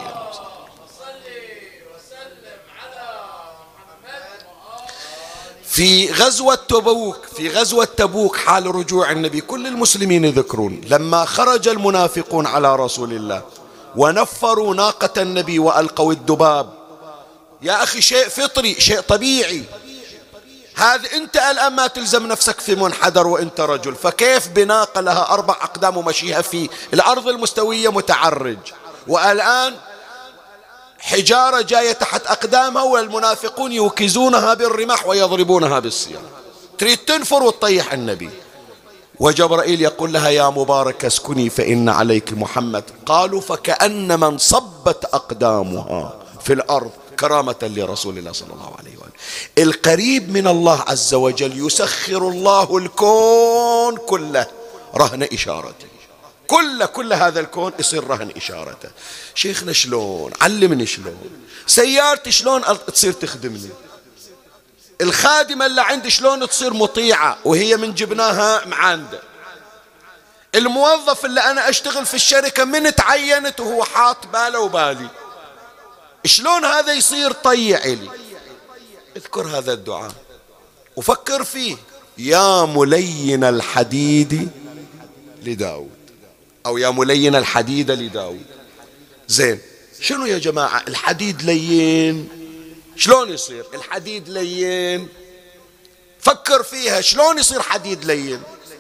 في غزوة تبوك حال رجوع النبي كل المسلمين يذكرون لما خرج المنافقون على رسول الله ونفروا ناقة النبي وألقوا الذباب. يا أخي شيء فطري، شيء طبيعي، هذا أنت الآن ما تلزم نفسك في منحدر وأنت رجل، فكيف بناقة لها 4 أقدام ومشيها في الأرض المستوية متعرج، والآن حجارة جاية تحت أقدامها والمنافقون يوكزونها بالرماح ويضربونها بالسياط، تريد تنفر وتطيح النبي. وجبرائيل يقول لها يا مبارك اسكني فإن عليك محمد. قالوا فكأن من صبت أقدامها في الأرض كرامة لرسول الله صلى الله عليه وآله. القريب من الله عز وجل يسخر الله الكون كله رهن إشارته، كل هذا الكون يصير رهن إشارته. شيخنا شلون؟ علمني شلون، سيارتي شلون تصير تخدمني، الخادمة اللي عندي شلون تصير مطيعة وهي من جبناها معاندة، الموظف اللي أنا أشتغل في الشركة من تعينت وهو حاط باله وبالي، شلون هذا يصير طيع لي. اذكر هذا الدعاء وفكر فيه، يا ملين الحديد لداود. أو يا ملين الحديد لداود. زين، شنو يا جماعة الحديد لين؟ شلون يصير الحديد لين؟ فكر فيها، شلون يصير حديد لين؟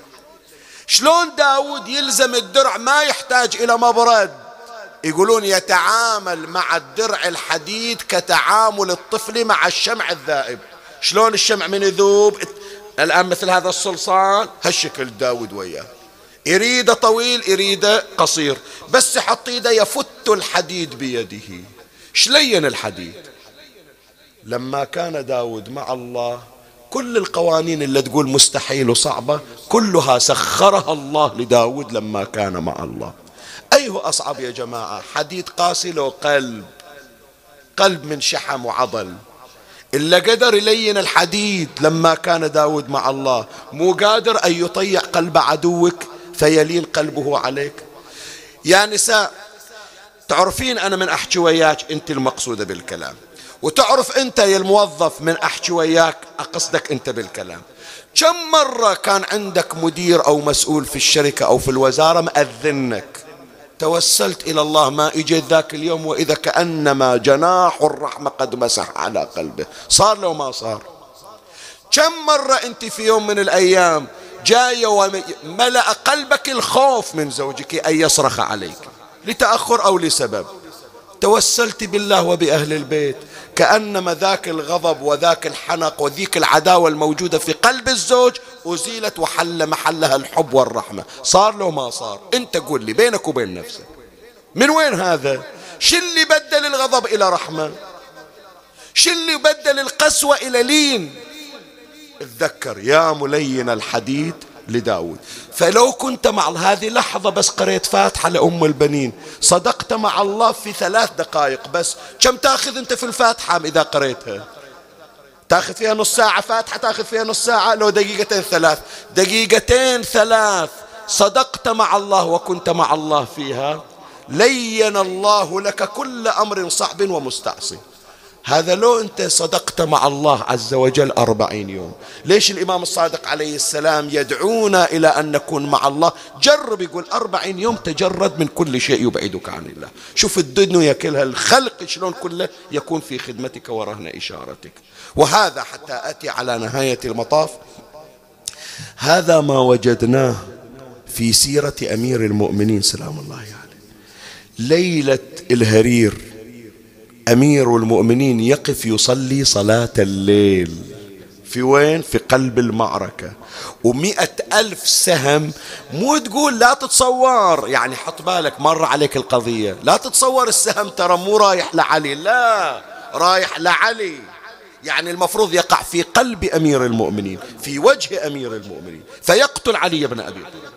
شلون داود يلزم الدرع ما يحتاج إلى مبرد؟ يقولون يتعامل مع الدرع الحديد كتعامل الطفل مع الشمع الذائب. شلون الشمع من يذوب الآن مثل هذا الصلصال، هالشكل داود وياه، يريد طويل يريد قصير، بس يحط ايده يفت الحديد بيده. شلين الحديد؟ لما كان داود مع الله كل القوانين اللي تقول مستحيل وصعبة كلها سخرها الله لداود لما كان مع الله. أيه أصعب يا جماعة؟ حديد قاسي لو قلب من شحم وعضل. إلا قدر يلين الحديد لما كان داود مع الله، مو قادر أن يطيع قلب عدوك فيلين قلبه عليك. يا نساء تعرفين أنا من أحكي وياك أنت المقصودة بالكلام، وتعرف أنت يا الموظف من أحكي وياك أقصدك أنت بالكلام. كم مرة كان عندك مدير أو مسؤول في الشركة أو في الوزارة مأذنك، توسلت إلى الله ما إجيت ذاك اليوم وإذا كأنما جناح الرحمة قد مسح على قلبه، صار لو ما صار؟ كم مرة أنت في يوم من الأيام جاية وملأ قلبك الخوف من زوجك أن يصرخ عليك لتأخر أو لسبب، توسلت بالله وبأهل البيت كأنما ذاك الغضب وذاك الحنق وذيك العداوة الموجودة في قلب الزوج أزيلت وحل محلها الحب والرحمة، صار لو ما صار؟ أنت قول لي بينك وبين نفسك من وين هذا؟ شو اللي بدل الغضب إلى رحمة؟ شو اللي بدل القسوة إلى لين؟ اتذكر يا ملين الحديد لداود. فلو كنت مع هذه لحظة بس قريت فاتحة لأم البنين، صدقت مع الله في 3 دقائق بس. كم تاخذ انت في الفاتحة إذا قريتها؟ تاخذ فيها نص ساعة فاتحة، تاخذ فيها نص ساعة، لو دقيقتين 3 دقيقتين 3 صدقت مع الله وكنت مع الله فيها، لين الله لك كل أمر صعب ومستعصي. هذا لو أنت صدقت مع الله عز وجل 40 يوم. ليش الإمام الصادق عليه السلام يدعونا إلى أن نكون مع الله؟ جرب، يقول 40 يوم تجرد من كل شيء يبعدك عن الله. شوف الدنيا كلها الخلق شلون كله يكون في خدمتك ورهن إشارتك. وهذا حتى أتي على نهاية المطاف، هذا ما وجدناه في سيرة أمير المؤمنين سلام الله عليه. ليلة الهرير أمير المؤمنين يقف يصلي صلاة الليل في وين؟ في قلب المعركة، 100,000 سهم. مو تقول لا تتصور، يعني حط بالك مر عليك القضية، لا تتصور السهم ترى مو رايح لعلي، لا رايح لعلي، يعني المفروض يقع في قلب أمير المؤمنين في وجه أمير المؤمنين فيقتل علي بن أبي طالب.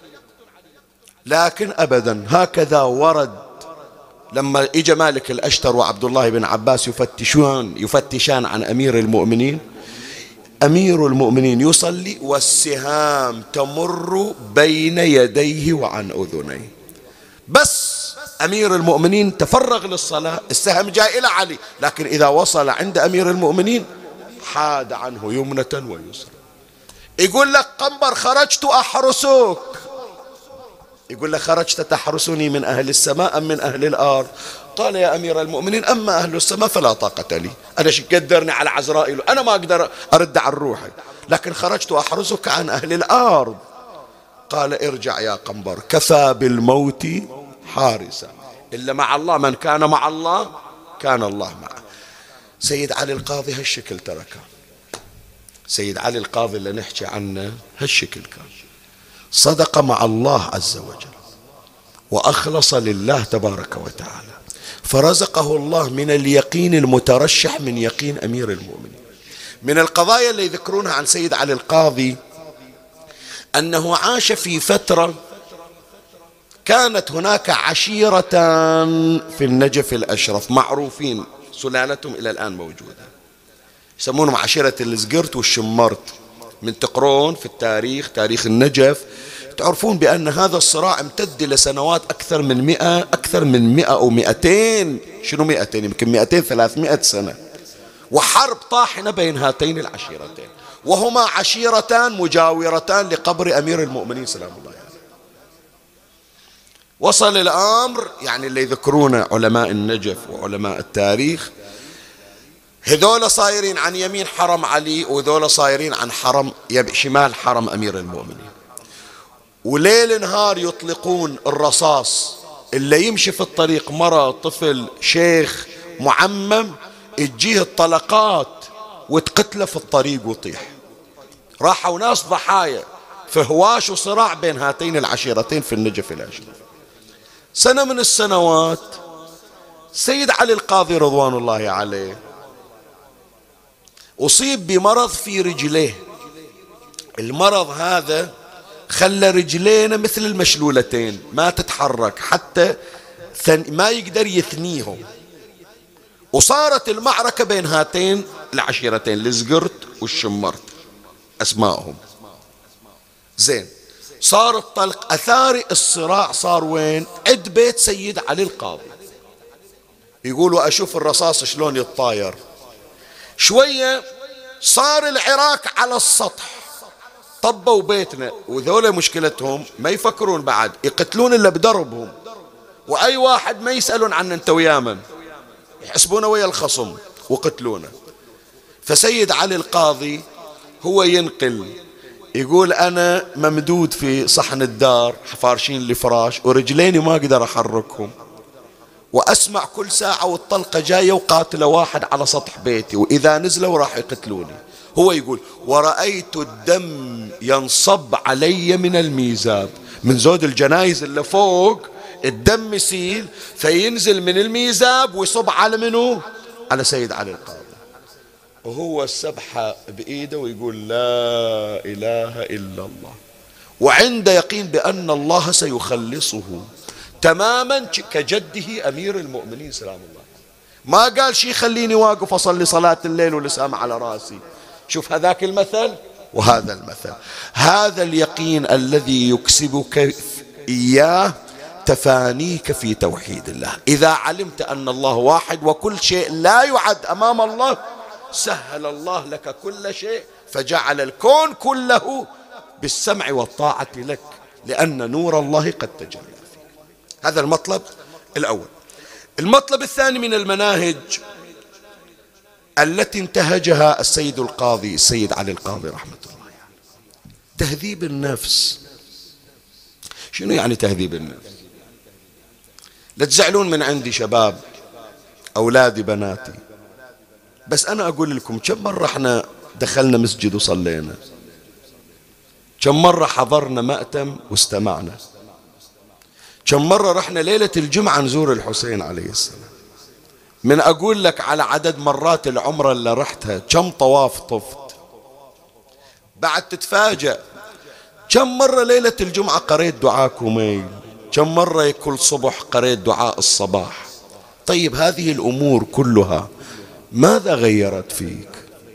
لكن أبدا هكذا ورد لما اجى مالك الأشتر وعبد الله بن عباس يفتشان عن أمير المؤمنين، أمير المؤمنين يصلي والسهام تمر بين يديه وعن أذنيه، بس أمير المؤمنين تفرغ للصلاة، السهم جاء إلى علي، لكن إذا وصل عند أمير المؤمنين حاد عنه يمنة ويسرى. يقول لك قنبر خرجت أحرسك، يقول لك خرجت تحرسني من أهل السماء أم من أهل الأرض؟ قال يا أمير المؤمنين أما أهل السماء فلا طاقة لي، أنا قدرني على عزرائيل، أنا ما أقدر أرد عن روحي، لكن خرجت أحرسك عن أهل الأرض. قال ارجع يا قنبر، كفى بالموت حارسا، إلا مع الله من كان مع الله كان الله معه. سيد علي القاضي هالشكل تركه، سيد علي القاضي اللي نحكي عنه هالشكل كان، صدق مع الله عز وجل وأخلص لله تبارك وتعالى، فرزقه الله من اليقين المترشح من يقين أمير المؤمنين. من القضايا اللي يذكرونها عن سيد علي القاضي أنه عاش في فترة كانت هناك عشيرة في النجف الأشرف معروفين، سلالتهم إلى الآن موجودة، يسمونهم عشيرة الزقرت والشمرت. من تقرون في التاريخ، تاريخ النجف، تعرفون بأن هذا الصراع امتد لسنوات أكثر من 100 أو 200، شنو 200؟ يمكن 200 300 سنة، وحرب طاحنة بين هاتين العشيرتين، وهما عشيرتان مجاورتان لقبر أمير المؤمنين سلام الله عليه. وصل الأمر يعني اللي يذكرونه علماء النجف وعلماء التاريخ، هذول صايرين عن يمين حرم علي وذول صايرين عن شمال حرم أمير المؤمنين، وليل نهار يطلقون الرصاص، اللي يمشي في الطريق مرة طفل شيخ معمم تجيه الطلقات وتقتله في الطريق ويطيح. راحوا ناس ضحايا في هواش وصراع بين هاتين العشيرتين في النجف الأشرف. سنة من السنوات سيد علي القاضي رضوان الله عليه أصيب بمرض في رجليه، المرض هذا خلى رجلينا مثل المشلولتين ما تتحرك، حتى ما يقدر يثنيهم. وصارت المعركة بين هاتين العشيرتين الزقرت والشمرت أسمائهم. زين، صار الطلق أثار الصراع صار وين؟ عند بيت سيد علي القاضي. يقولوا أشوف الرصاص شلون يتطاير. شوية صار العراك على السطح، طبوا بيتنا، وذولا مشكلتهم ما يفكرون بعد يقتلون إلا بدربهم، وأي واحد ما يسألون عن أنت ويا من، يحسبونه ويا الخصم وقتلونه. فسيد علي القاضي هو ينقل، يقول أنا ممدود في صحن الدار فارشين لي فراش ورجليني ما أقدر أحركهم، وأسمع كل ساعة والطلقة جاية وقاتلة واحد على سطح بيتي، وإذا نزلوا راح يقتلوني. هو يقول ورأيت الدم ينصب علي من الميزاب، من زود الجنايز اللي فوق الدم يسيل فينزل من الميزاب ويصب على منه؟ على سيد علي القاضي، وهو السبحة بإيده ويقول لا إله إلا الله، وعنده يقين بأن الله سيخلصه تماما كجده أمير المؤمنين سلام الله. ما قال شيء خليني واقف أصلي صلاة الليل واللسام على راسي. شوف هذاك المثل وهذا المثل، هذا اليقين الذي يكسبك إياه تفانيك في توحيد الله. إذا علمت أن الله واحد وكل شيء لا يعد أمام الله، سهل الله لك كل شيء، فجعل الكون كله بالسمع والطاعة لك، لأن نور الله قد تجلى فيك. هذا المطلب الأول. المطلب الثاني من المناهج التي انتهجها السيد القاضي السيد علي القاضي رحمة الله عليه، تهذيب النفس. شنو يعني تهذيب النفس؟ لا تزعلون من عندي شباب، أولادي بناتي، بس أنا أقول لكم كم مرة احنا دخلنا مسجد وصلينا، كم مرة حضرنا مأتم واستمعنا، كم مرة رحنا ليلة الجمعة نزور الحسين عليه السلام. من أقول لك على عدد مرات العمرة اللي رحتها، كم طواف طفت، بعد تتفاجأ كم مرة ليلة الجمعة قريت دعاء كميل، كم مرة كل صبح قريت دعاء الصباح. طيب هذه الأمور كلها ماذا غيرت فيك؟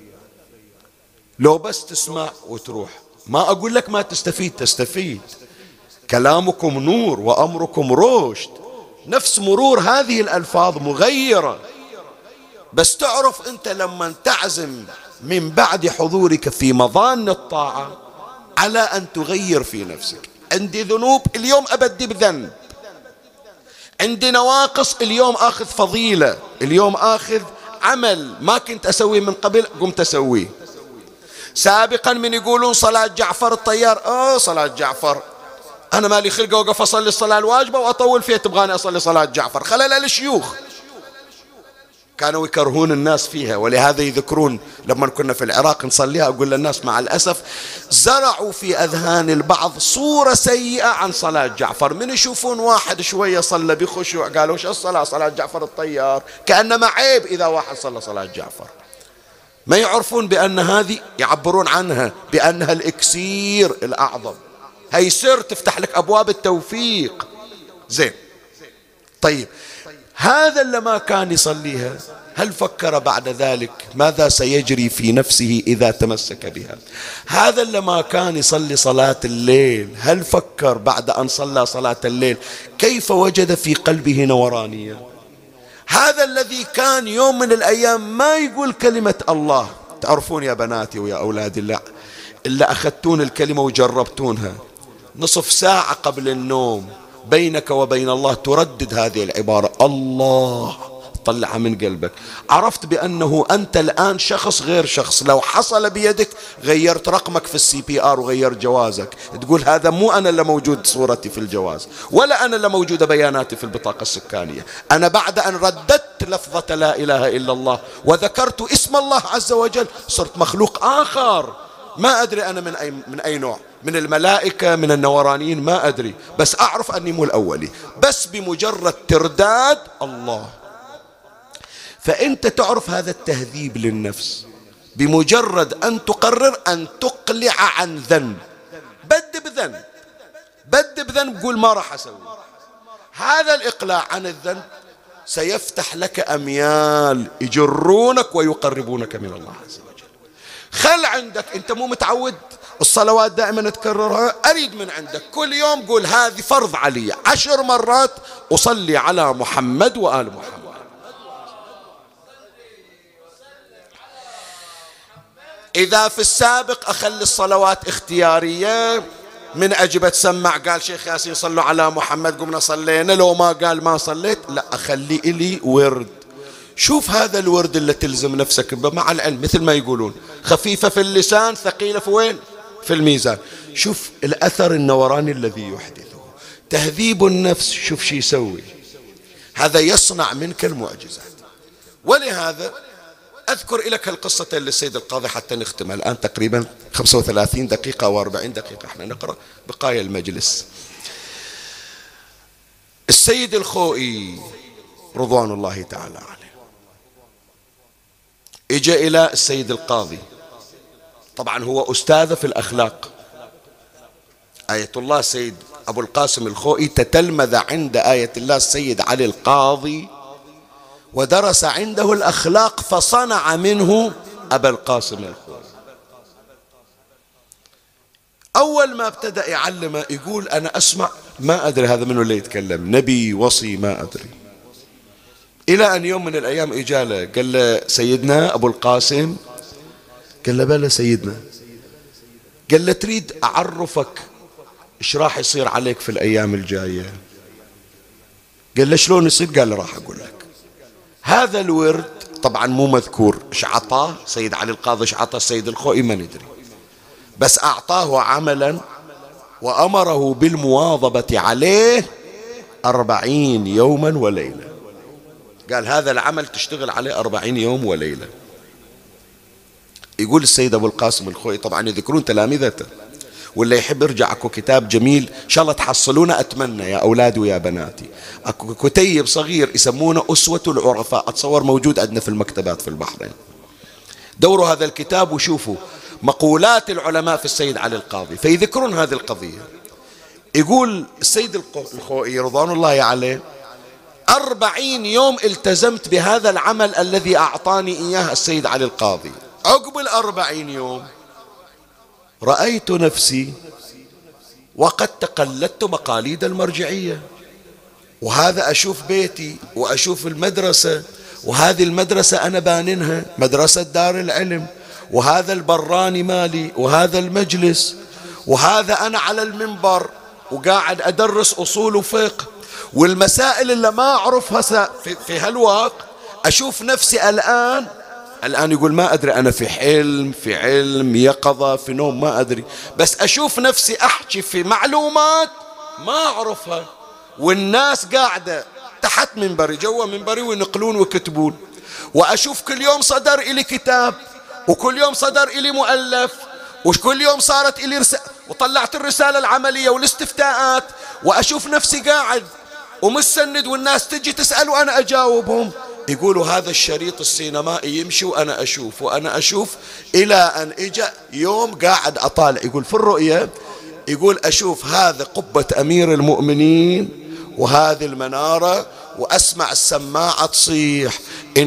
لو بس تسمع وتروح، ما أقول لك ما تستفيد، تستفيد، كلامكم نور وأمركم رشد، نفس مرور هذه الألفاظ مغيرة، بس تعرف أنت لما تعزم من بعد حضورك في مظان الطاعة على أن تغير في نفسك. عندي ذنوب اليوم أبدي بذنب، عندي نواقص اليوم آخذ فضيلة، اليوم آخذ عمل ما كنت أسويه من قبل قمت أسويه. سابقا من يقولون صلاة جعفر الطيار، صلاة جعفر أنا مالي خلقة وقف أصلي الصلاة الواجبة وأطول فيها، تبغاني أصلي صلاة جعفر؟ خلل للشيوخ كانوا يكرهون الناس فيها، ولهذا يذكرون لما كنا في العراق نصليها، أقول للناس مع الأسف زرعوا في أذهان البعض صورة سيئة عن صلاة جعفر. من يشوفون واحد شوية صلى بخشوع قالوا وش الصلاة، صلاة جعفر الطيار، كأنما عيب إذا واحد صلى صلاة جعفر. ما يعرفون بأن هذه يعبرون عنها بأنها الإكسير الأعظم، هي سر تفتح لك أبواب التوفيق. زين، طيب هذا اللي ما كان يصليها هل فكر بعد ذلك ماذا سيجري في نفسه إذا تمسك بها؟ هذا اللي ما كان يصلي صلاة الليل هل فكر بعد أن صلى صلاة الليل كيف وجد في قلبه نورانية؟ هذا الذي كان يوم من الأيام ما يقول كلمة الله، تعرفون يا بناتي ويا أولادي اللي أخذتون الكلمة وجربتونها نصف ساعة قبل النوم بينك وبين الله تردد هذه العبارة الله، طلعها من قلبك. عرفت بأنه أنت الآن شخص غير شخص. لو حصل بيدك غيرت رقمك في الCPR وغيرت جوازك، تقول هذا مو أنا اللي موجود صورتي في الجواز، ولا أنا اللي موجودة بياناتي في البطاقة السكانية. أنا بعد أن رددت لفظة لا إله إلا الله وذكرت اسم الله عز وجل صرت مخلوق آخر. ما أدري أنا من أي نوع، من الملائكة، من النورانيين، ما أدري، بس أعرف أني مو الأولي. بس بمجرد ترداد الله. فأنت تعرف هذا التهذيب للنفس بمجرد أن تقرر أن تقلع عن ذنب. بد بذنب قول ما راح أسوي. هذا الإقلاع عن الذنب سيفتح لك أميال يجرونك ويقربونك من الله عز وجل. خل عندك، أنت مو متعود الصلوات دائما تكررها، أريد من عندك كل يوم قول هذه فرض علي 10 مرات أصلي على محمد وآل محمد. إذا في السابق أخلي الصلوات اختيارية، من أجب تسمع قال شيخ ياسين صلوا على محمد قمنا صلينا، لو ما قال ما صليت، لا أخلي إلي ورد. شوف هذا الورد اللي تلزم نفسك مع العلم، مثل ما يقولون خفيفة في اللسان ثقيلة في وين؟ في الميزان. شوف الأثر النوراني الذي يحدثه تهذيب النفس. شوف شي يسوي، هذا يصنع منك المعجزات. ولهذا أذكر لك القصة للسيد القاضي حتى نختمها. الآن تقريبا 35 دقيقة و40 دقيقة احنا نقرأ بقايا المجلس. السيد الخوئي رضوان الله تعالى عليه اجى إلى السيد القاضي، طبعا هو أستاذ في الأخلاق. آية الله السيد أبو القاسم الخوئي تتلمذ عند آية الله السيد علي القاضي ودرس عنده الأخلاق فصنع منه أبا القاسم الخوئي. أول ما ابتدأ يعلمه يقول أنا أسمع ما أدري هذا منه اللي يتكلم، نبي وصي ما أدري. إلى أن يوم من الأيام إجاله قال له سيدنا أبو القاسم، قال له بلى سيدنا، قال له تريد أعرفك إيش راح يصير عليك في الأيام الجاية؟ قال له شلون يصير؟ قال له راح أقول لك. هذا الورد طبعا مو مذكور إيش عطاه سيد علي القاضي، إيش عطاه السيد الخوئي ما ندري، بس أعطاه عملا وأمره بالمواظبة عليه 40 يوما وليلة. قال هذا العمل تشتغل عليه 40 يوم وليلة. يقول السيد أبو القاسم الخوئي، طبعا يذكرون تلامذته، واللي يحب يرجع اكو كتاب جميل ان شاء الله تحصلونه، اتمنى يا اولادي ويا بناتي، اكو كتيب صغير يسمونه اسوة العرفاء، اتصور موجود عندنا في المكتبات في البحرين. دوروا هذا الكتاب وشوفوا مقولات العلماء في السيد علي القاضي فيذكرون هذه القضية. يقول السيد الخوئي رضوان الله عليه 40 يوم التزمت بهذا العمل الذي أعطاني إياه السيد علي القاضي. عقب 40 يوم رأيت نفسي وقد تقلدت مقاليد المرجعية، وهذا أشوف بيتي وأشوف المدرسة، وهذه المدرسة أنا باننها مدرسة دار العلم، وهذا البراني مالي، وهذا المجلس، وهذا أنا على المنبر وقاعد أدرس أصول وفقه، والمسائل اللي ما أعرفها في هالوقت أشوف نفسي الآن يقول ما أدري أنا في حلم في علم يقظة في نوم ما أدري، بس أشوف نفسي أحكي في معلومات ما أعرفها، والناس قاعدة تحت منبري جوا منبري وينقلون ويكتبون، وأشوف كل يوم صدر إلي كتاب، وكل يوم صدر إلي مؤلف، وكل يوم صارت إلي وطلعت الرسالة العملية والاستفتاءات، وأشوف نفسي قاعد ومستند والناس تجي تسأل وأنا أجاوبهم. يقولوا هذا الشريط السينمائي يمشي وأنا أشوف إلى أن إجا يوم قاعد أطالع، يقول في الرؤية، يقول أشوف هذا قبة أمير المؤمنين وهذه المنارة، وأسمع السماعة تصيح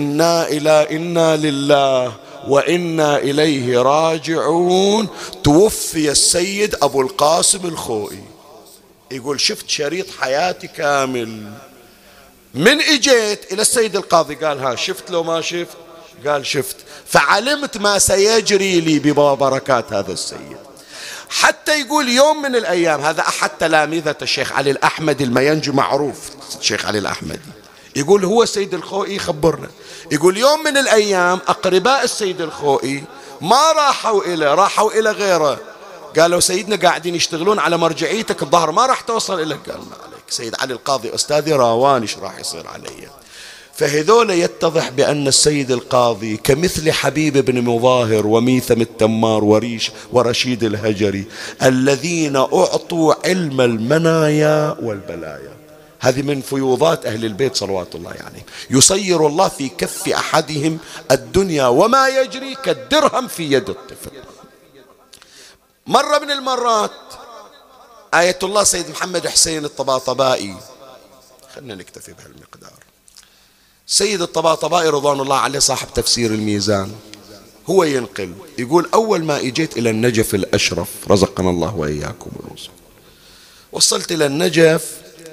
إنا لله وإنا إليه راجعون، توفي السيد أبو القاسم الخوئي. يقول شفت شريط حياتي كامل. من اجيت الى السيد القاضي قال ها شفت لو ما شفت؟ قال شفت، فعلمت ما سيجري لي ببركات هذا السيد. حتى يقول يوم من الأيام، هذا أحد تلامذة الشيخ علي الأحمدي المينجي معروف، الشيخ علي الأحمدي يقول هو السيد الخوئي خبرنا، يقول يوم من الأيام أقرباء السيد الخوئي ما راحوا إليه، راحوا إلى غيره، قالوا سيدنا قاعدين يشتغلون على مرجعيتك، الظهر ما راح توصل إليك. قال ما عليك سيد علي القاضي أستاذي راوان إيش راح يصير علي. فهذول يتضح بأن السيد القاضي كمثل حبيب بن مظاهر وميثم التمار ورشيد الهجري الذين أعطوا علم المنايا والبلايا. هذه من فيوضات أهل البيت صلوات الله عليهم. يصير الله في كف أحدهم الدنيا وما يجري كالدرهم في يد الطفل. مرة من المرات آية الله سيد محمد حسين الطباطبائي، خلنا نكتفي بهالمقدار. سيد الطباطبائي رضوان الله عليه صاحب تفسير الميزان، هو ينقل يقول أول ما إجيت إلى النجف الأشرف رزقنا الله وإياكم الوصول، وصلت إلى النجف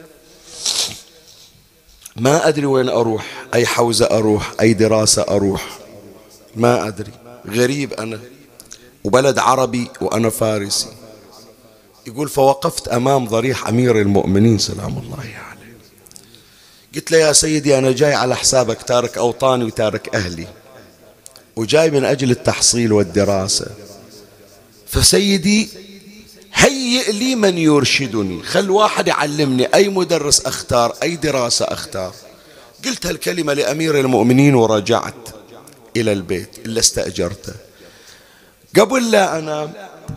ما أدري وين أروح، أي حوزة أروح، أي دراسة أروح، ما أدري، غريب أنا، وبلد عربي وأنا فارسي. يقول فوقفت أمام ضريح أمير المؤمنين سلام الله عليه، قلت له يا سيدي أنا جاي على حسابك، تارك أوطاني وتارك أهلي وجاي من أجل التحصيل والدراسة، فسيدي هيئ لي من يرشدني، خل واحد يعلمني، أي مدرس أختار، أي دراسة أختار. قلت هالكلمة لأمير المؤمنين ورجعت إلى البيت إلا استأجرته. قبل لا أنام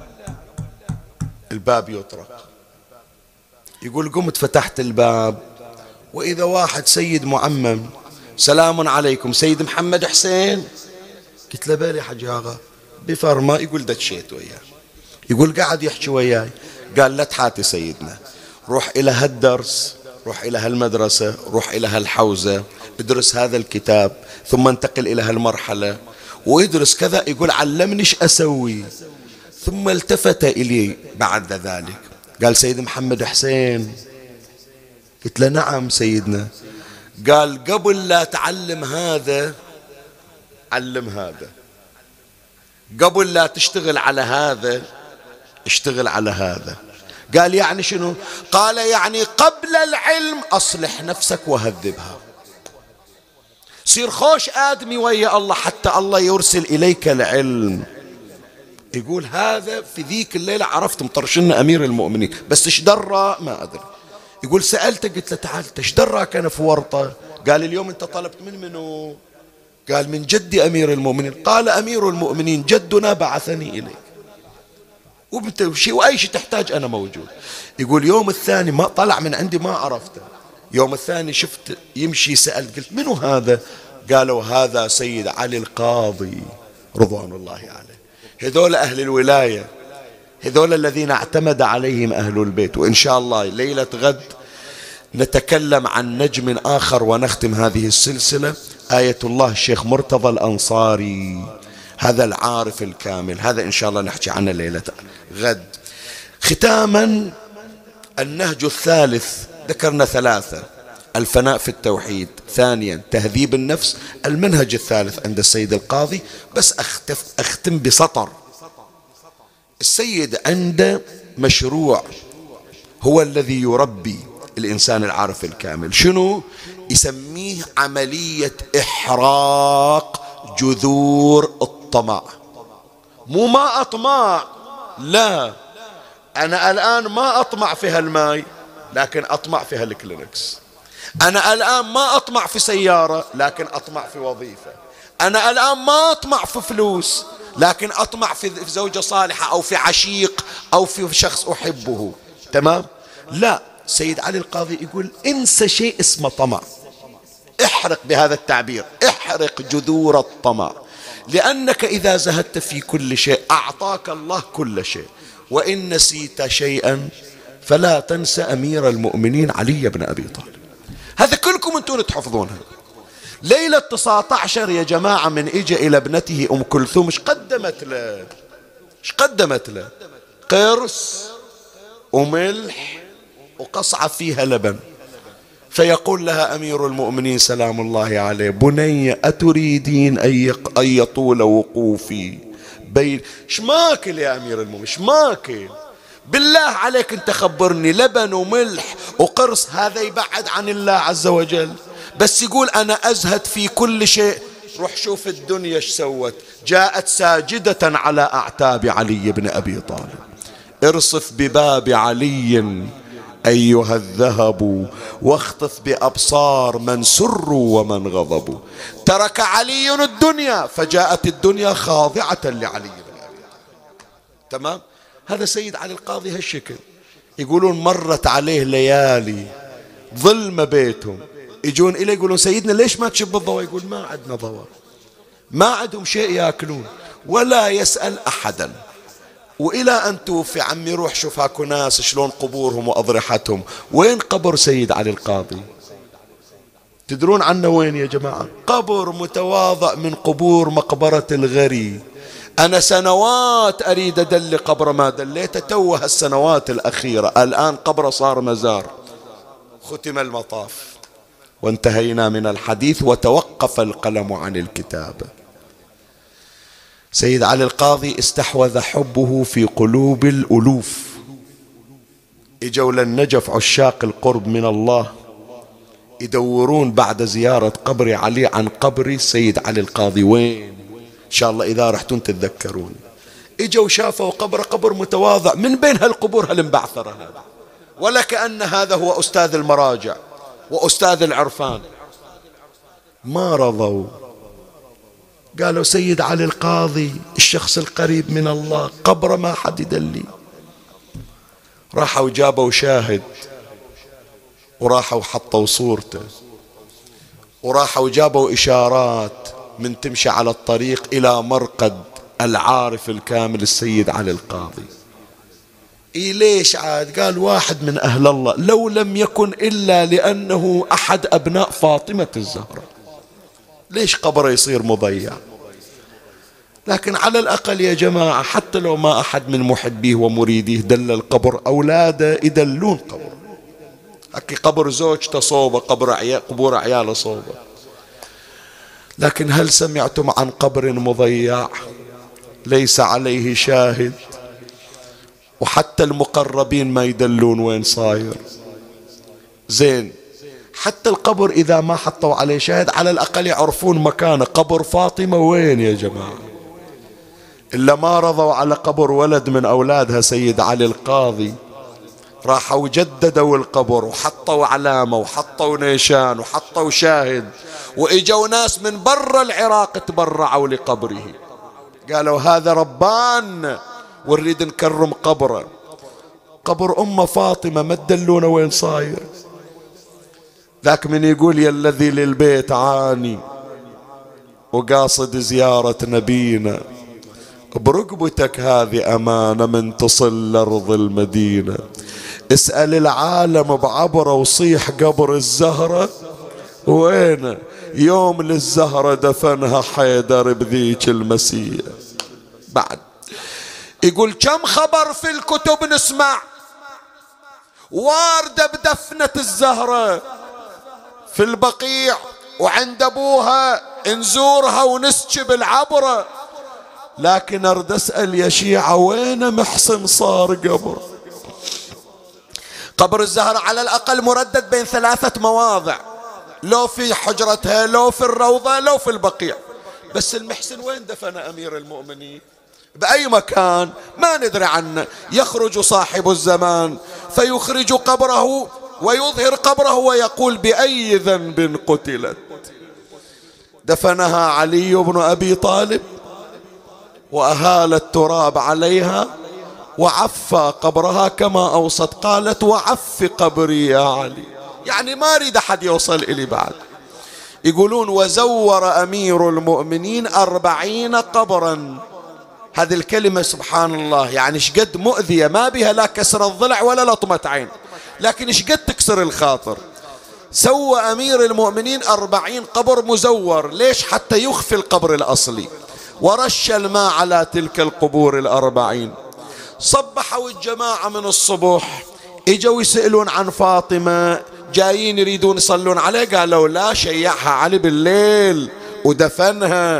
الباب يطرق، يقول قمت فتحت الباب وإذا واحد سيد معمم، سلام عليكم سيد محمد حسين. قلت له بالي حج آغا بفرما. يقول دشيت وياه، يقول قاعد يحكي وياي، قال لا تحاتي سيدنا، روح إلى هالدرس، روح إلى هالمدرسة، روح إلى هالحوزة، ادرس هذا الكتاب، ثم انتقل إلى هالمرحلة ويدرس كذا. يقول علمني ايش أسوي. ثم التفت إلي بعد ذلك قال سيد محمد حسين. قلت له نعم سيدنا. قال قبل لا تعلم هذا علم هذا، قبل لا تشتغل على هذا اشتغل على هذا. قال يعني شنو؟ قال يعني قبل العلم أصلح نفسك وهذبها، صير خوش آدمي ويا الله حتى الله يرسل إليك العلم. يقول هذا في ذيك الليلة عرفت مطرشنا أمير المؤمنين، بس ايش درى ما أدري. يقول سألته قلت له تعال ايش دراك أنا في ورطة؟ قال اليوم أنت طلبت من منو؟ قال من جدي أمير المؤمنين. قال أمير المؤمنين جدنا بعثني إليك وأي شيء تحتاج أنا موجود. يقول يوم الثاني ما طلع من عندي ما عرفته، يوم الثاني شفت يمشي، سألت قلت منو هذا؟ قالوا هذا سيد علي القاضي رضوان الله عليه. هذول أهل الولاية، هذول الذين اعتمد عليهم أهل البيت. وإن شاء الله ليلة غد نتكلم عن نجم آخر ونختم هذه السلسلة، آية الله الشيخ مرتضى الأنصاري، هذا العارف الكامل، هذا إن شاء الله نحكي عنه ليلة غد. ختاما النهج الثالث، ذكرنا ثلاثة: الفناء في التوحيد، ثانيا تهذيب النفس، المنهج الثالث عند السيد القاضي. بس أختم بسطر. السيد عنده مشروع هو الذي يربي الإنسان العارف الكامل. شنو يسميه؟ عملية إحراق جذور الطمع. مو ما أطمع، لا، أنا الآن ما أطمع في هالماي لكن أطمع في هالكلينكس. أنا الآن ما أطمع في سيارة لكن أطمع في وظيفة. أنا الآن ما أطمع في فلوس لكن أطمع في زوجة صالحة أو في عشيق أو في شخص أحبه. تمام؟ لا، سيد علي القاضي يقول انسى شيء اسمه طمع، احرق، بهذا التعبير احرق جذور الطمع، لأنك إذا زهدت في كل شيء أعطاك الله كل شيء. وإن نسيت شيئا فلا تنسى أمير المؤمنين علي بن أبي طالب. هذا كلكم أنتم تحفظونها. ليلة 19 يا جماعة من إجا إلى ابنته أم كلثوم، ايش قدمت له؟ ايش قدمت له؟ قرص وملح وقصعة فيها لبن. فيقول لها أمير المؤمنين سلام الله عليه: بني أتريدين أن يطول وقوفي بين شماكل يا أمير المؤمنين شماكل، بالله عليك أنت خبرني لبن وملح وقرص هذا يبعد عن الله عز وجل؟ بس يقول أنا أزهد في كل شيء. روح شوف الدنيا ايش سوت، جاءت ساجدة على أعتاب علي بن أبي طالب. ارصف بباب علي أيها الذهب واخطف بأبصار من سروا ومن غضبوا. ترك علي الدنيا فجاءت الدنيا خاضعة لعلي بن أبي طالب. تمام. هذا سيد علي القاضي هالشكل. يقولون مرت عليه ليالي ظلم بيتهم، يجون إليه يقولون سيدنا ليش ما تشب الضوء؟ يقول ما عندنا ضوء، ما عندهم شيء يأكلون ولا يسأل أحدا. وإلى أن توفي عمي روح شوف هاكو ناس شلون قبورهم وأضرحتهم. وين قبر سيد علي القاضي؟ تدرون عنه وين يا جماعة؟ قبر متواضع من قبور مقبرة الغري. أنا سنوات أريد أدل قبر ما دليته، توه السنوات الأخيرة، الآن قبر صار مزار. ختم المطاف وانتهينا من الحديث وتوقف القلم عن الكتابة. سيد علي القاضي استحوذ حبه في قلوب الألوف. اجوا للنجف عشاق القرب من الله يدورون بعد زيارة قبر علي عن قبر سيد علي القاضي وين، إن شاء الله إذا رحتون تتذكرون. اجوا شافوا قبر متواضع من بين هالقبور هالمبعثرة هذا، ولا كأن هذا هو أستاذ المراجع وأستاذ العرفان. ما رضوا، قالوا سيد علي القاضي الشخص القريب من الله قبر ما حد يدلي. راحوا جابوا شاهد وراحوا حطوا صورته وراحوا جابوا إشارات من تمشي على الطريق إلى مرقد العارف الكامل السيد علي القاضي. ليش عاد؟ قال واحد من أهل الله، لو لم يكن إلا لأنه أحد أبناء فاطمة الزهراء، ليش قبره يصير مضيع؟ لكن على الأقل يا جماعة حتى لو ما أحد من محبيه ومريديه دل القبر، أولاده يدلون قبر. حكي قبر زوجته صوبة، قبور عياله صوبة. لكن هل سمعتم عن قبر مضيع ليس عليه شاهد؟ وحتى المقربين ما يدلون وين صاير. زين، حتى القبر إذا ما حطوا عليه شاهد على الأقل يعرفون مكانه. قبر فاطمة وين يا جماعة؟ إلا ما رضوا على قبر ولد من أولادها سيد علي القاضي، راحوا جددوا القبر وحطوا علامة وحطوا نيشان وحطوا شاهد، وإجوا ناس من برا العراق تبرعوا لقبره، قالوا هذا ربان ونريد نكرم قبره. قبر أم فاطمة ما تدلون وين صاير. ذاك من يقول يا الذي للبيت عاني وقاصد زيارة نبينا، برقبتك هذه أمانة من تصل لأرض المدينة. اسأل العالم بعبره وصيح قبر الزهرة وين؟ يوم للزهرة دفنها حيدر بذيك المسية. بعد يقول كم خبر في الكتب نسمع واردة بدفنة الزهرة في البقيع وعند أبوها نزورها ونسجب العبرة، لكن أرد أسأل يا شيعة وين محسن صار قبر؟ قبر الزهرة على الأقل مردد بين 3 مواضع، لو في حجرتها لو في الروضة لو في البقيع. بس المحسن وين دفن أمير المؤمنين؟ بأي مكان ما ندري عنه. يخرج صاحب الزمان فيخرج قبره ويظهر قبره ويقول بأي ذنب قتلت. دفنها علي بن أبي طالب وأهال التراب عليها وعفى قبرها كما أوصت، قالت وعف قبري يا علي، يعني ما أريد أحد يوصل إلي بعد. يقولون وزور أمير المؤمنين 40 قبرا. هذه الكلمة سبحان الله يعني شقد مؤذية، ما بها لا كسر الضلع ولا لطمة عين، لكن شقد تكسر الخاطر. سوى أمير المؤمنين 40 قبر مزور. ليش؟ حتى يخفي القبر الأصلي، ورش الماء على تلك القبور 40. صبحوا الجماعة من الصبح اجوا يسألون عن فاطمة، جايين يريدون يصلون عليه، قالوا لا، شيعها علي بالليل ودفنها.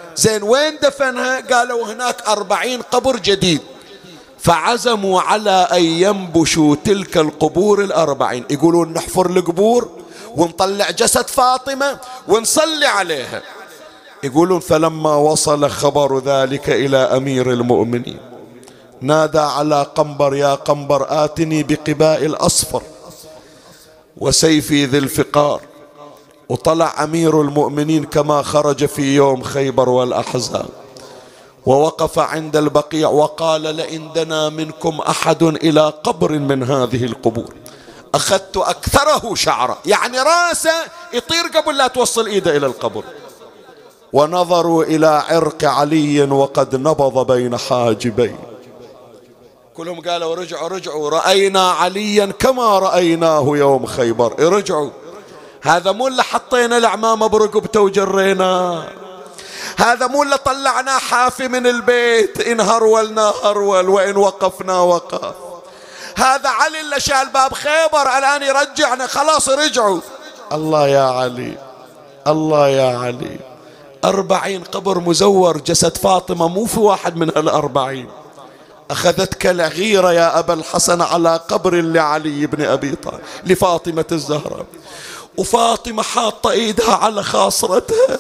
زين وين دفنها؟ قالوا هناك 40 قبر جديد، فعزموا على أن ينبشوا تلك القبور 40. يقولون نحفر القبور ونطلع جسد فاطمة ونصلي عليها. يقولون فلما وصل خبر ذلك إلى أمير المؤمنين نادى على قنبر: يا قنبر آتني بقباء الأصفر وسيفي ذي الفقار. وطلع أمير المؤمنين كما خرج في يوم خيبر والأحزاب، ووقف عند البقيع وقال: لئن دنا منكم أحد إلى قبر من هذه القبور أخذت أكثره شعرا، يعني راسه يطير قبل لا توصل إيده إلى القبر. ونظروا إلى عرق علي وقد نبض بين حاجبين. كلهم قالوا: رجعوا رأينا عليا كما رأيناه يوم خيبر. رجعوا، هذا مو اللي حطينا العمامة برقبته وجرينا، هذا مو اللي طلعنا حافي من البيت إن هرولنا هرول وإن وقفنا وقف، هذا علي اللي شال باب خيبر الآن يرجعنا. خلاص رجعوا. الله يا علي، الله يا علي. 40 قبر مزور جسد فاطمة، مو في واحد من هال40. أخذتك الغيرة يا أبا الحسن على قبر لعلي بن أبي طالب لفاطمة الزهراء، وفاطمة حاطة إيدها على خاصرتها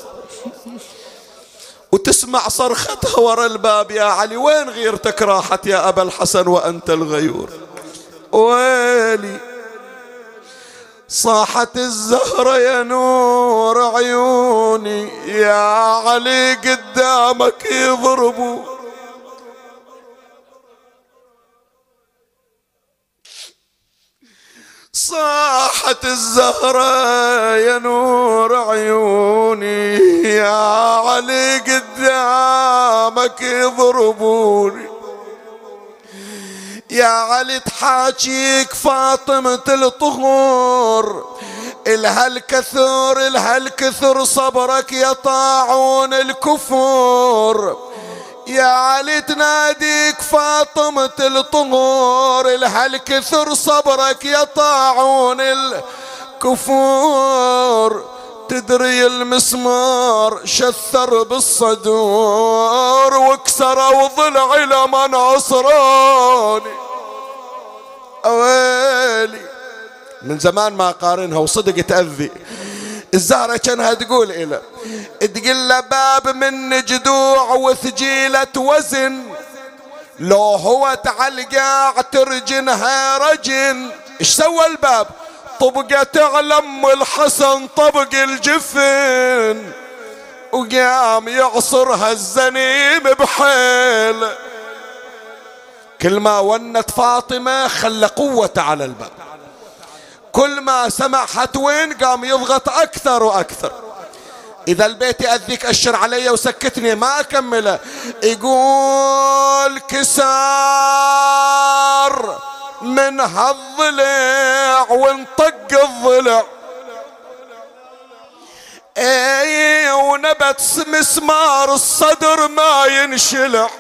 وتسمع صرختها ورا الباب: يا علي وين غيرتك راحت يا أبا الحسن وأنت الغيور؟ ويلي. صاحت الزهرة: يا نور عيوني يا علي قدامك يضربوا. صاحت الزهرة: يا نور عيوني يا علي قدامك يضربوني. يا علي تحاجيك فاطمة الطهور، إلها الكثر صبرك يا طاعون الكفور. يا علي تناديك فاطمة الطهور، إلها الكثر صبرك يا طاعون الكفور. تدري المسمار شثر بالصدور وكسروا ضلعي لمن عصراني. أويلي. من زمان ما قارنها وصدق تأذي. الزهرة كانها تقول إله باب من جدوع وثجيلة وزن، لو هو تعلقاع ترجنها رجن. ايش سوى الباب؟ طبقة تعلم الحسن طبق الجفن، وقام يعصرها الزنيم بحيل. كل ما ونت فاطمة خلى قوة على الباب، كل ما سمع حتوين قام يضغط أكثر وأكثر. إذا البيت يأذيك أشر علي وسكتني ما أكمله. يقول: كسار من هالضلع وانطق الضلع، اي ونبت مسمار الصدر ما ينشلع،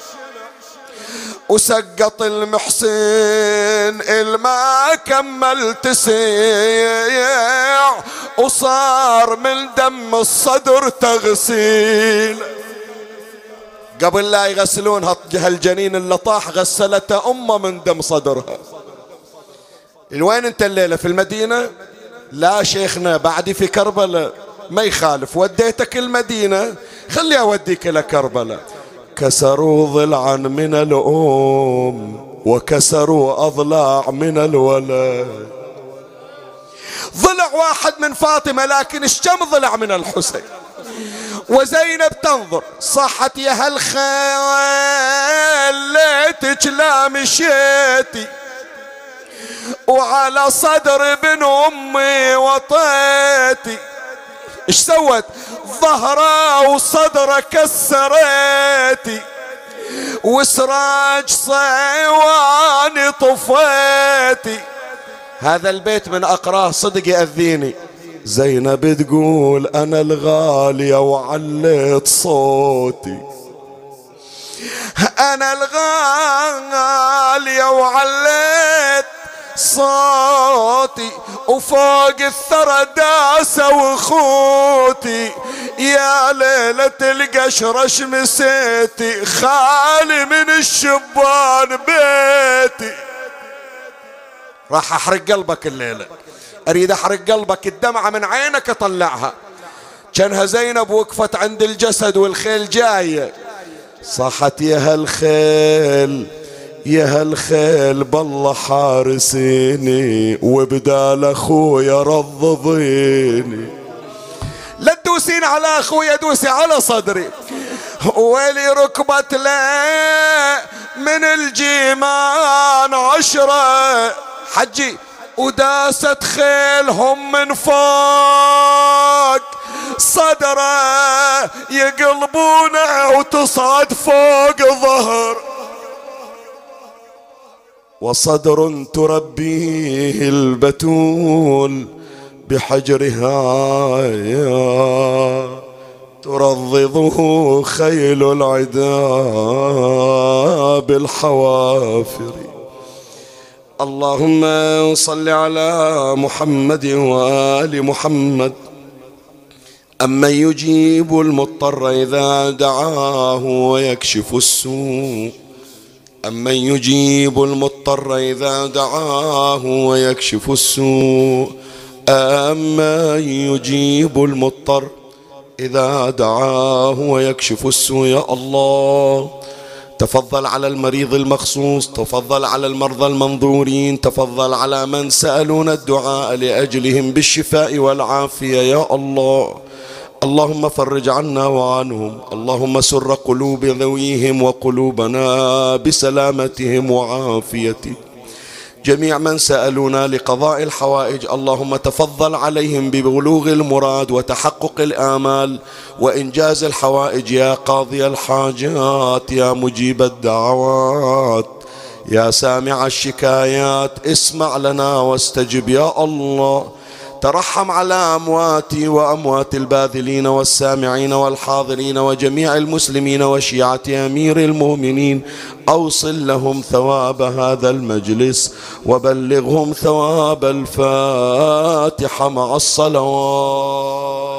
وسقط المحسن الما كمل تسيع، وصار من دم الصدر تغسيل. قبل لا يغسلون هالجنين اللي طاح غسلته أمه من دم صدرها. الوين انت الليلة؟ في المدينة؟ لا شيخنا بعدي في كربلاء. ما يخالف، وديتك المدينة خلي أوديك إلى كربلاء. كسروا ضلعا من الأم وكسروا أضلاع من الولد. ضلع واحد من فاطمة لكن كم ضلع من الحسين. وزينب تنظر: صحت يا هالخيل ليتك لا مشيتي، وعلى صدر ابن أمي وطيتي. ايش سوت؟ ظهره وصدره كسريتي، وسراج صيواني طفيتي. هذا البيت من أقراه صدق يأذيني. زينب تقول: أنا الغالية وعليت صوتي، أنا الغالية وعليت صوتي وفوق الثرى داسة وخوتي، يا ليلة القشرة شمسيتي خالي من الشبان بيتي. راح احرق قلبك الليلة، اريد احرق قلبك، الدمعة من عينك اطلعها. كانها زينب وقفت عند الجسد والخيل جاية، صاحت يا هالخيل يا هالخيل بالله حارسيني، وبدال اخويا رضضيني. لا تدوسين على اخويا، دوسي على صدري. ويلي ركبت له من الجيمان 10 حجي، وداست خيلهم من فوق صدره، يقلبونه وتصعد فوق ظهر، وصدر تربيه البتول بحجرها ترضضه خيل العدا بالحوافر. اللهم صل على محمد وآل محمد. أمن يجيب المضطر إذا دعاه ويكشف السوء، أمن يجيب المضطر إذا دعاه ويكشف السوء، أمن يجيب المضطر إذا دعاه ويكشف السوء. يا الله تفضل على المريض المخصوص، تفضل على المرضى المنظورين، تفضل على من سألونا الدعاء لأجلهم بالشفاء والعافية. يا الله اللهم فرج عنا وعنهم، اللهم سر قلوب ذويهم وقلوبنا بسلامتهم وعافيتهم. جميع من سألونا لقضاء الحوائج اللهم تفضل عليهم ببلوغ المراد وتحقق الآمال وإنجاز الحوائج. يا قاضي الحاجات، يا مجيب الدعوات، يا سامع الشكايات، اسمع لنا واستجب. يا الله ترحم على أمواتي وأموات الباذلين والسامعين والحاضرين وجميع المسلمين وشيعة أمير المؤمنين. أوصل لهم ثواب هذا المجلس وبلغهم ثواب الفاتحة مع الصلوات.